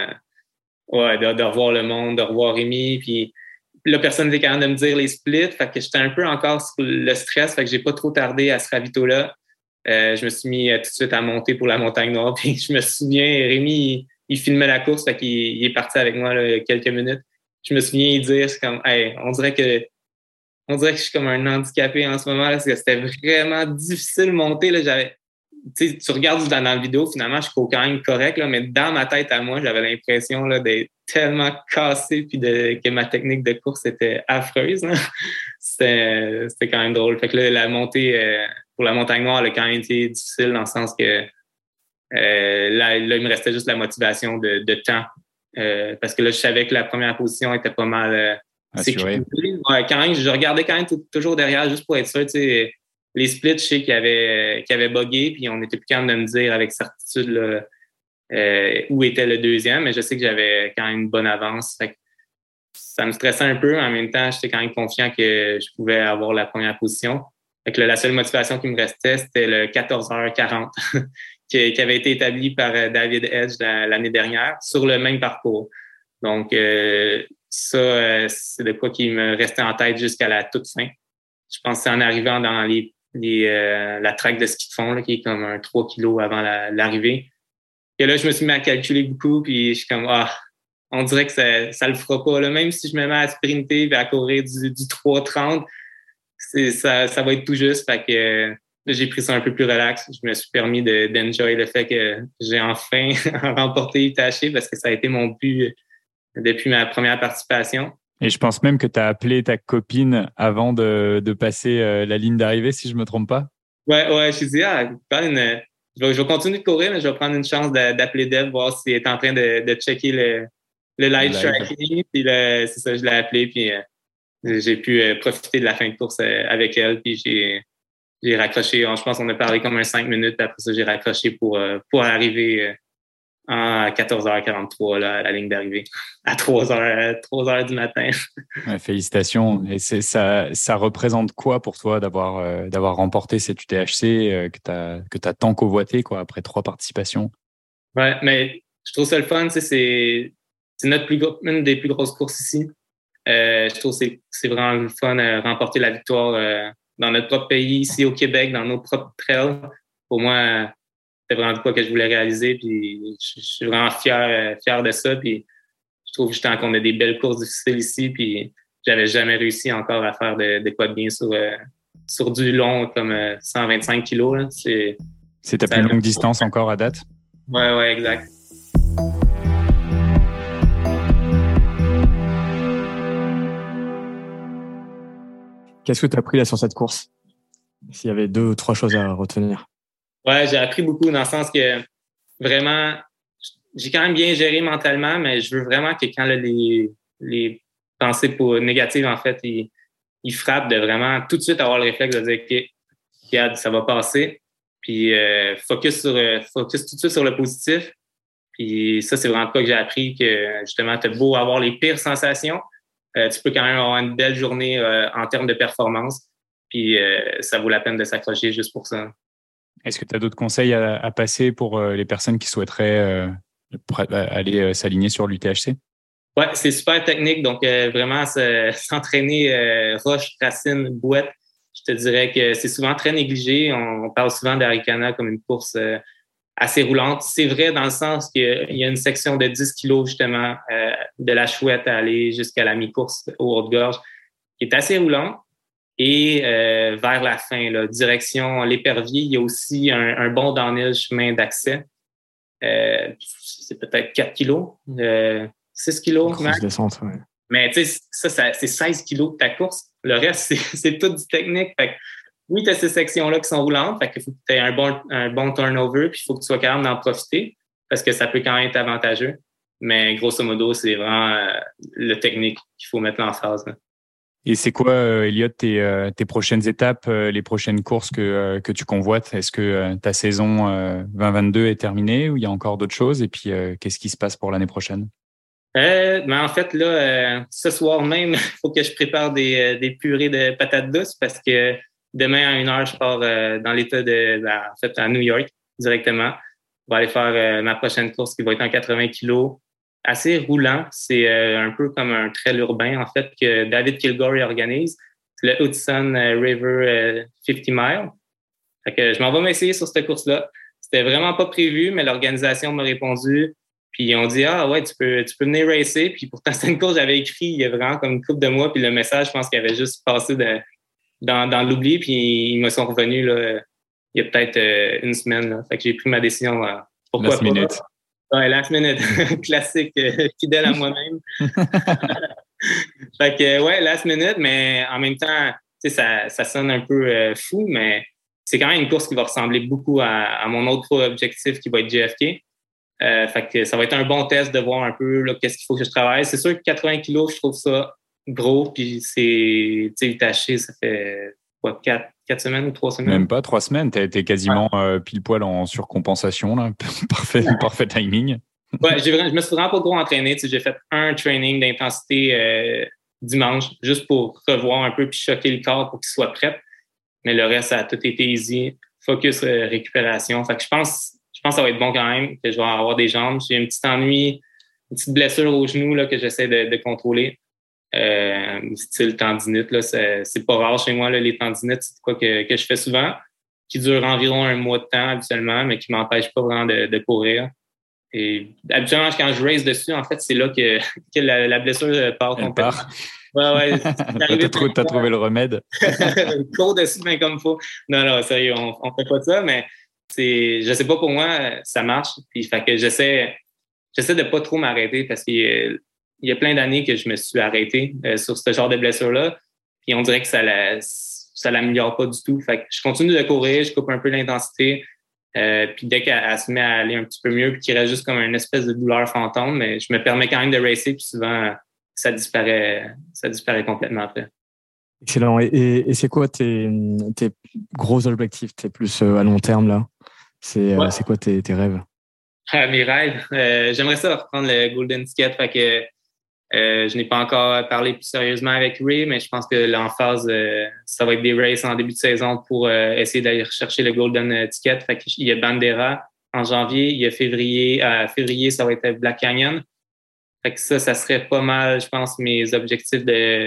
de revoir le monde, de revoir Rémi, puis là, personne n'était capable de me dire les splits, fait que j'étais un peu encore sur le stress, fait que j'ai pas trop tardé à ce ravito-là. Je me suis mis tout de suite à monter pour la Montagne Noire, puis je me souviens, Rémi, il filmait la course, fait qu'il est parti avec moi là, quelques minutes. Je me souviens dire, c'est comme, hey, on dirait que je suis comme un handicapé en ce moment, là, parce que c'était vraiment difficile de monter, là. Tu regardes dans la vidéo, finalement, je suis quand même correct, là, mais dans ma tête à moi, j'avais l'impression, là, d'être tellement cassé puis que ma technique de course était affreuse, là. C'était quand même drôle. Fait que là, la montée, pour la Montagne Noire, elle a quand même été difficile dans le sens que, là, il me restait juste la motivation de temps. Parce que là, je savais que la première position était pas mal assurée. Ouais, quand même, je regardais quand même toujours derrière, juste pour être sûr. Tu sais, les splits, je sais qu'ils avaient buggé, puis on n'était plus capable de me dire avec certitude là, où était le deuxième, mais je sais que j'avais quand même une bonne avance. Fait que ça me stressait un peu, mais en même temps, j'étais quand même confiant que je pouvais avoir la première position. Fait que la seule motivation qui me restait, c'était le 14h40. Qui avait été établi par David Edge l'année dernière sur le même parcours. Donc, ça, c'est de quoi qui me restait en tête jusqu'à la toute fin. Je pense que c'est en arrivant dans la track de ski de fond, là, qui est comme un 3 kilos avant l'arrivée. Et là, je me suis mis à calculer beaucoup, puis je suis comme, on dirait que ça le fera pas. Là. Même si je me mets à sprinter et à courir du 3,30, ça va être tout juste. Fait que j'ai pris ça un peu plus relax. Je me suis permis d'enjoy le fait que j'ai enfin remporté UTHC parce que ça a été mon but depuis ma première participation. Et je pense même que tu as appelé ta copine avant de passer la ligne d'arrivée, si je me trompe pas. Ouais, je me suis dit, je vais continuer de courir, mais je vais prendre une chance d'appeler Deb, voir s'il est en train de checker le live tracking. Puis c'est ça, je l'ai appelé, puis j'ai pu profiter de la fin de course avec elle, puis j'ai raccroché. Je pense qu'on a parlé comme 5 minutes. Après ça, j'ai raccroché pour arriver à 14h43 là, à la ligne d'arrivée, à 3h du matin. Ouais, félicitations. Et ça représente quoi pour toi d'avoir remporté cette UTHC que t'as tant convoité quoi, après 3 participations? Ouais, mais je trouve ça le fun. C'est une des plus grosses courses ici. Je trouve que c'est vraiment le fun de remporter la victoire dans notre propre pays, ici au Québec, dans nos propres trails. Pour moi, c'était vraiment de quoi que je voulais réaliser. Puis je suis vraiment fier de ça. Puis je trouve justement qu'on a des belles courses difficiles ici. Puis j'avais jamais réussi encore à faire de quoi de bien sur du long comme 125 kilos. Là. C'est ta plus longue distance encore à date? Ouais, exact. Qu'est-ce que tu as appris là sur cette course? S'il y avait 2 ou 3 choses à retenir. Ouais, j'ai appris beaucoup dans le sens que vraiment, j'ai quand même bien géré mentalement, mais je veux vraiment que quand là, les pensées négatives, en fait, ils frappent, de vraiment tout de suite avoir le réflexe de dire OK, regarde, ça va passer. Puis focus tout de suite sur le positif. Puis ça, c'est vraiment quoi que j'ai appris, que justement, t'as beau avoir les pires sensations, tu peux quand même avoir une belle journée en termes de performance. Puis ça vaut la peine de s'accrocher juste pour ça. Est-ce que tu as d'autres conseils à passer pour les personnes qui souhaiteraient aller s'aligner sur l'UTHC? Ouais, c'est super technique. Donc, vraiment, s'entraîner roche, racine, bouette, je te dirais que c'est souvent très négligé. On parle souvent d'Arikana comme une course assez roulante. C'est vrai dans le sens qu'il y a une section de 10 kilos, justement, de la Chouette à aller jusqu'à la mi-course au Haute-Gorge, qui est assez roulante. Et vers la fin, là, direction l'Épervier, il y a aussi un bon downhill chemin d'accès. C'est peut-être 4 kilos, 6 kilos. Grosse descente, ouais. Mais tu sais, ça c'est 16 kilos de ta course. Le reste, c'est tout du technique. Fait que, oui, tu as ces sections-là qui sont roulantes. Fait qu'il faut que tu aies un bon turnover, puis il faut que tu sois capable d'en profiter parce que ça peut quand même être avantageux. Mais grosso modo, c'est vraiment le technique qu'il faut mettre en phase. Là. Et c'est quoi, Elliot, tes prochaines étapes, les prochaines courses que tu convoites? Est-ce que ta saison 2022 est terminée ou il y a encore d'autres choses? Et puis, qu'est-ce qui se passe pour l'année prochaine? Mais en fait, là, ce soir même, il faut que je prépare des purées de patates douces parce que demain à 1h, je pars dans l'État en fait, à New York directement. Je vais aller faire ma prochaine course qui va être en 80 kilos. Assez roulant. C'est un peu comme un trail urbain, en fait, que David Kilgore organise. C'est le Hudson River 50 Miles. Fait que je m'en vais m'essayer sur cette course-là. C'était vraiment pas prévu, mais l'organisation m'a répondu. Puis ils ont dit, ah ouais, tu peux venir racer. Puis pourtant, c'était une course que j'avais écrit il y a vraiment comme une couple de mois. Puis le message, je pense qu'il avait juste passé dans l'oubli. Puis ils me sont revenus là, il y a peut-être une semaine. Là. Fait que j'ai pris ma décision. Pourquoi last minute. Ouais, last minute. Classique, fidèle à moi-même. Fait que ouais, last minute, mais en même temps, tu sais, ça sonne un peu fou, mais c'est quand même une course qui va ressembler beaucoup à mon autre objectif qui va être JFK. Fait que ça va être un bon test de voir un peu là, qu'est-ce qu'il faut que je travaille. C'est sûr que 80 kilos, je trouve ça gros, puis c'est, tu sais, taché, ça fait quoi, 4 semaines ou 3 semaines? Même pas 3 semaines, t'es quasiment pile poil en surcompensation, là. Parfait timing. Ouais, je me suis vraiment pas gros entraîné. Tu sais, j'ai fait un training d'intensité dimanche, juste pour revoir un peu puis choquer le corps pour qu'il soit prêt. Mais le reste, ça a tout été easy. Focus récupération. Fait que je pense que ça va être bon quand même, que je vais avoir des jambes. J'ai un petit ennui, une petite blessure au genou là, que j'essaie de contrôler. Style tendinite, là, c'est pas rare chez moi, là, les tendinites, c'est quoi que je fais souvent, qui dure environ un mois de temps habituellement, mais qui m'empêche pas vraiment de courir. Et habituellement, quand je race dessus, en fait, c'est là que la blessure part complètement. Ouais. T'as trouvé le remède. Cours dessus, ben comme faut. Non, sérieux, on fait pas ça, mais je sais pas, pour moi, ça marche. Puis, fait que j'essaie de pas trop m'arrêter parce qu'il y a plein d'années que je me suis arrêté sur ce genre de blessure-là. Puis on dirait que ça l'améliore pas du tout. Fait que je continue de courir, je coupe un peu l'intensité. Puis dès qu'elle se met à aller un petit peu mieux, puis qu'il reste juste comme une espèce de douleur fantôme, mais je me permets quand même de racer, puis souvent, ça disparaît complètement après. Excellent. Et c'est quoi tes gros objectifs? T'es plus à long terme, là? C'est quoi tes rêves? Mes rêves? J'aimerais ça reprendre le Golden Ticket. Fait que je n'ai pas encore parlé plus sérieusement avec Ray, mais je pense que l'emphase, ça va être des races en début de saison pour essayer d'aller rechercher le Golden Ticket. Fait qu'il y a Bandera en janvier, il y a février, ça va être Black Canyon. Fait que ça serait pas mal, je pense, mes objectifs de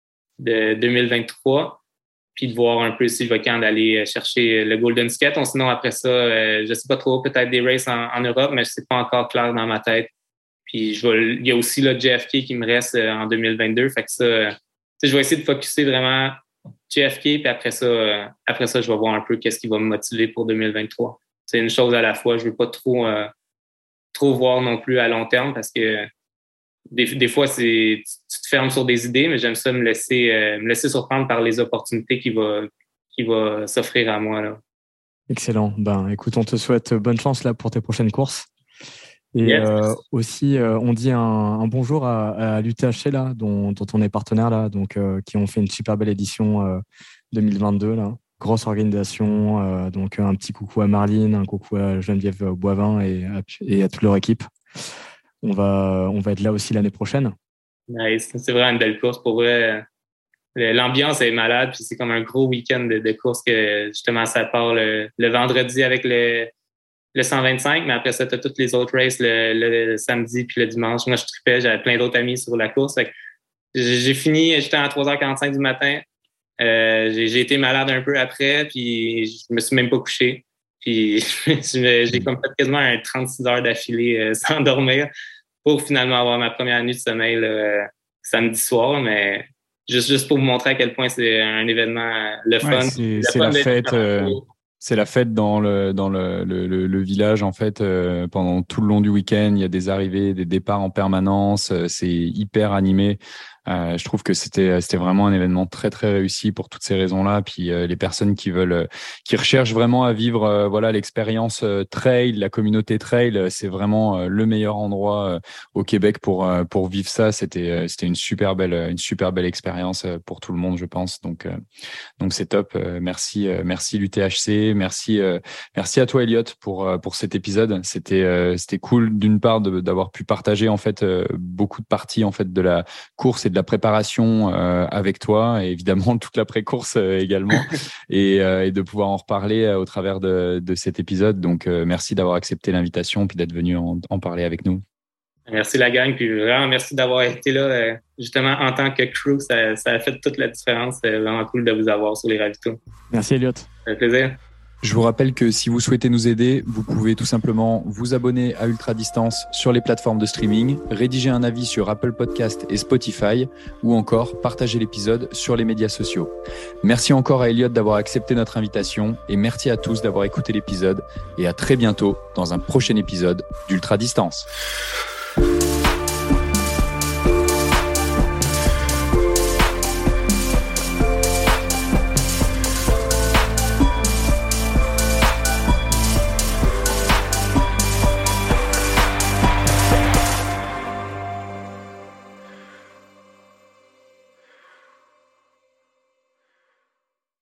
2023. Puis de voir un peu si je vais quand d'aller chercher le Golden Ticket. Sinon, après ça, je sais pas trop, peut-être des races en Europe, mais c'est pas encore clair dans ma tête. Puis il y a aussi le JFK qui me reste en 2022. Fait que ça, je vais essayer de focusser vraiment JFK, puis après ça, je vais voir un peu qu'est-ce qui va me motiver pour 2023. C'est une chose à la fois. Je veux pas trop voir non plus à long terme parce que des fois, tu te fermes sur des idées, mais j'aime ça me laisser surprendre par les opportunités qui va s'offrir à moi, là. Excellent. Ben, écoute, on te souhaite bonne chance là pour tes prochaines courses. Et yes. Aussi, on dit un bonjour à l'UTHC là, dont on est partenaire là, donc qui ont fait une super belle édition 2022 là. Grosse organisation, donc un petit coucou à Marline, un coucou à Geneviève Boivin et à toute leur équipe. On va être là aussi l'année prochaine. Nice. C'est vraiment une belle course pour vrai. L'ambiance est malade, puis c'est comme un gros week-end de course que justement ça part le vendredi avec le 125, mais après ça, tu as toutes les autres races le samedi puis le dimanche. Moi, je tripais, j'avais plein d'autres amis sur la course. Fait que j'ai fini, j'étais à 3h45 du matin. J'ai été malade un peu après, puis je me suis même pas couché. Puis j'ai comme fait quasiment 36 heures d'affilée sans dormir pour finalement avoir ma première nuit de sommeil samedi soir, mais juste pour vous montrer à quel point c'est un événement le fun. C'est la fête. C'est la fête dans le village en fait. Pendant tout le long du week-end, il y a des arrivées, des départs en permanence. C'est hyper animé. Je trouve que c'était vraiment un événement très très réussi pour toutes ces raisons-là. Puis les personnes qui recherchent vraiment à vivre l'expérience trail, la communauté trail, c'est vraiment le meilleur endroit au Québec pour vivre ça. C'était une super belle expérience pour tout le monde, je pense. Donc c'est top. Merci l'UTHC, merci à toi Elliot pour cet épisode. C'était cool d'une part d'avoir pu partager en fait beaucoup de parties en fait de la course et de la préparation avec toi, et évidemment toute la pré-course également, et de pouvoir en reparler au travers de cet épisode. Donc merci d'avoir accepté l'invitation puis d'être venu en parler avec nous. Merci la gang, puis vraiment merci d'avoir été là justement en tant que crew. Ça a fait toute la différence. C'est vraiment cool de vous avoir sur les ravitaux. Merci Elliot. Ça fait plaisir. Je vous rappelle que si vous souhaitez nous aider, vous pouvez tout simplement vous abonner à Ultra Distance sur les plateformes de streaming, rédiger un avis sur Apple Podcast et Spotify, ou encore partager l'épisode sur les médias sociaux. Merci encore à Elliot d'avoir accepté notre invitation, et merci à tous d'avoir écouté l'épisode, et à très bientôt dans un prochain épisode d'Ultra Distance.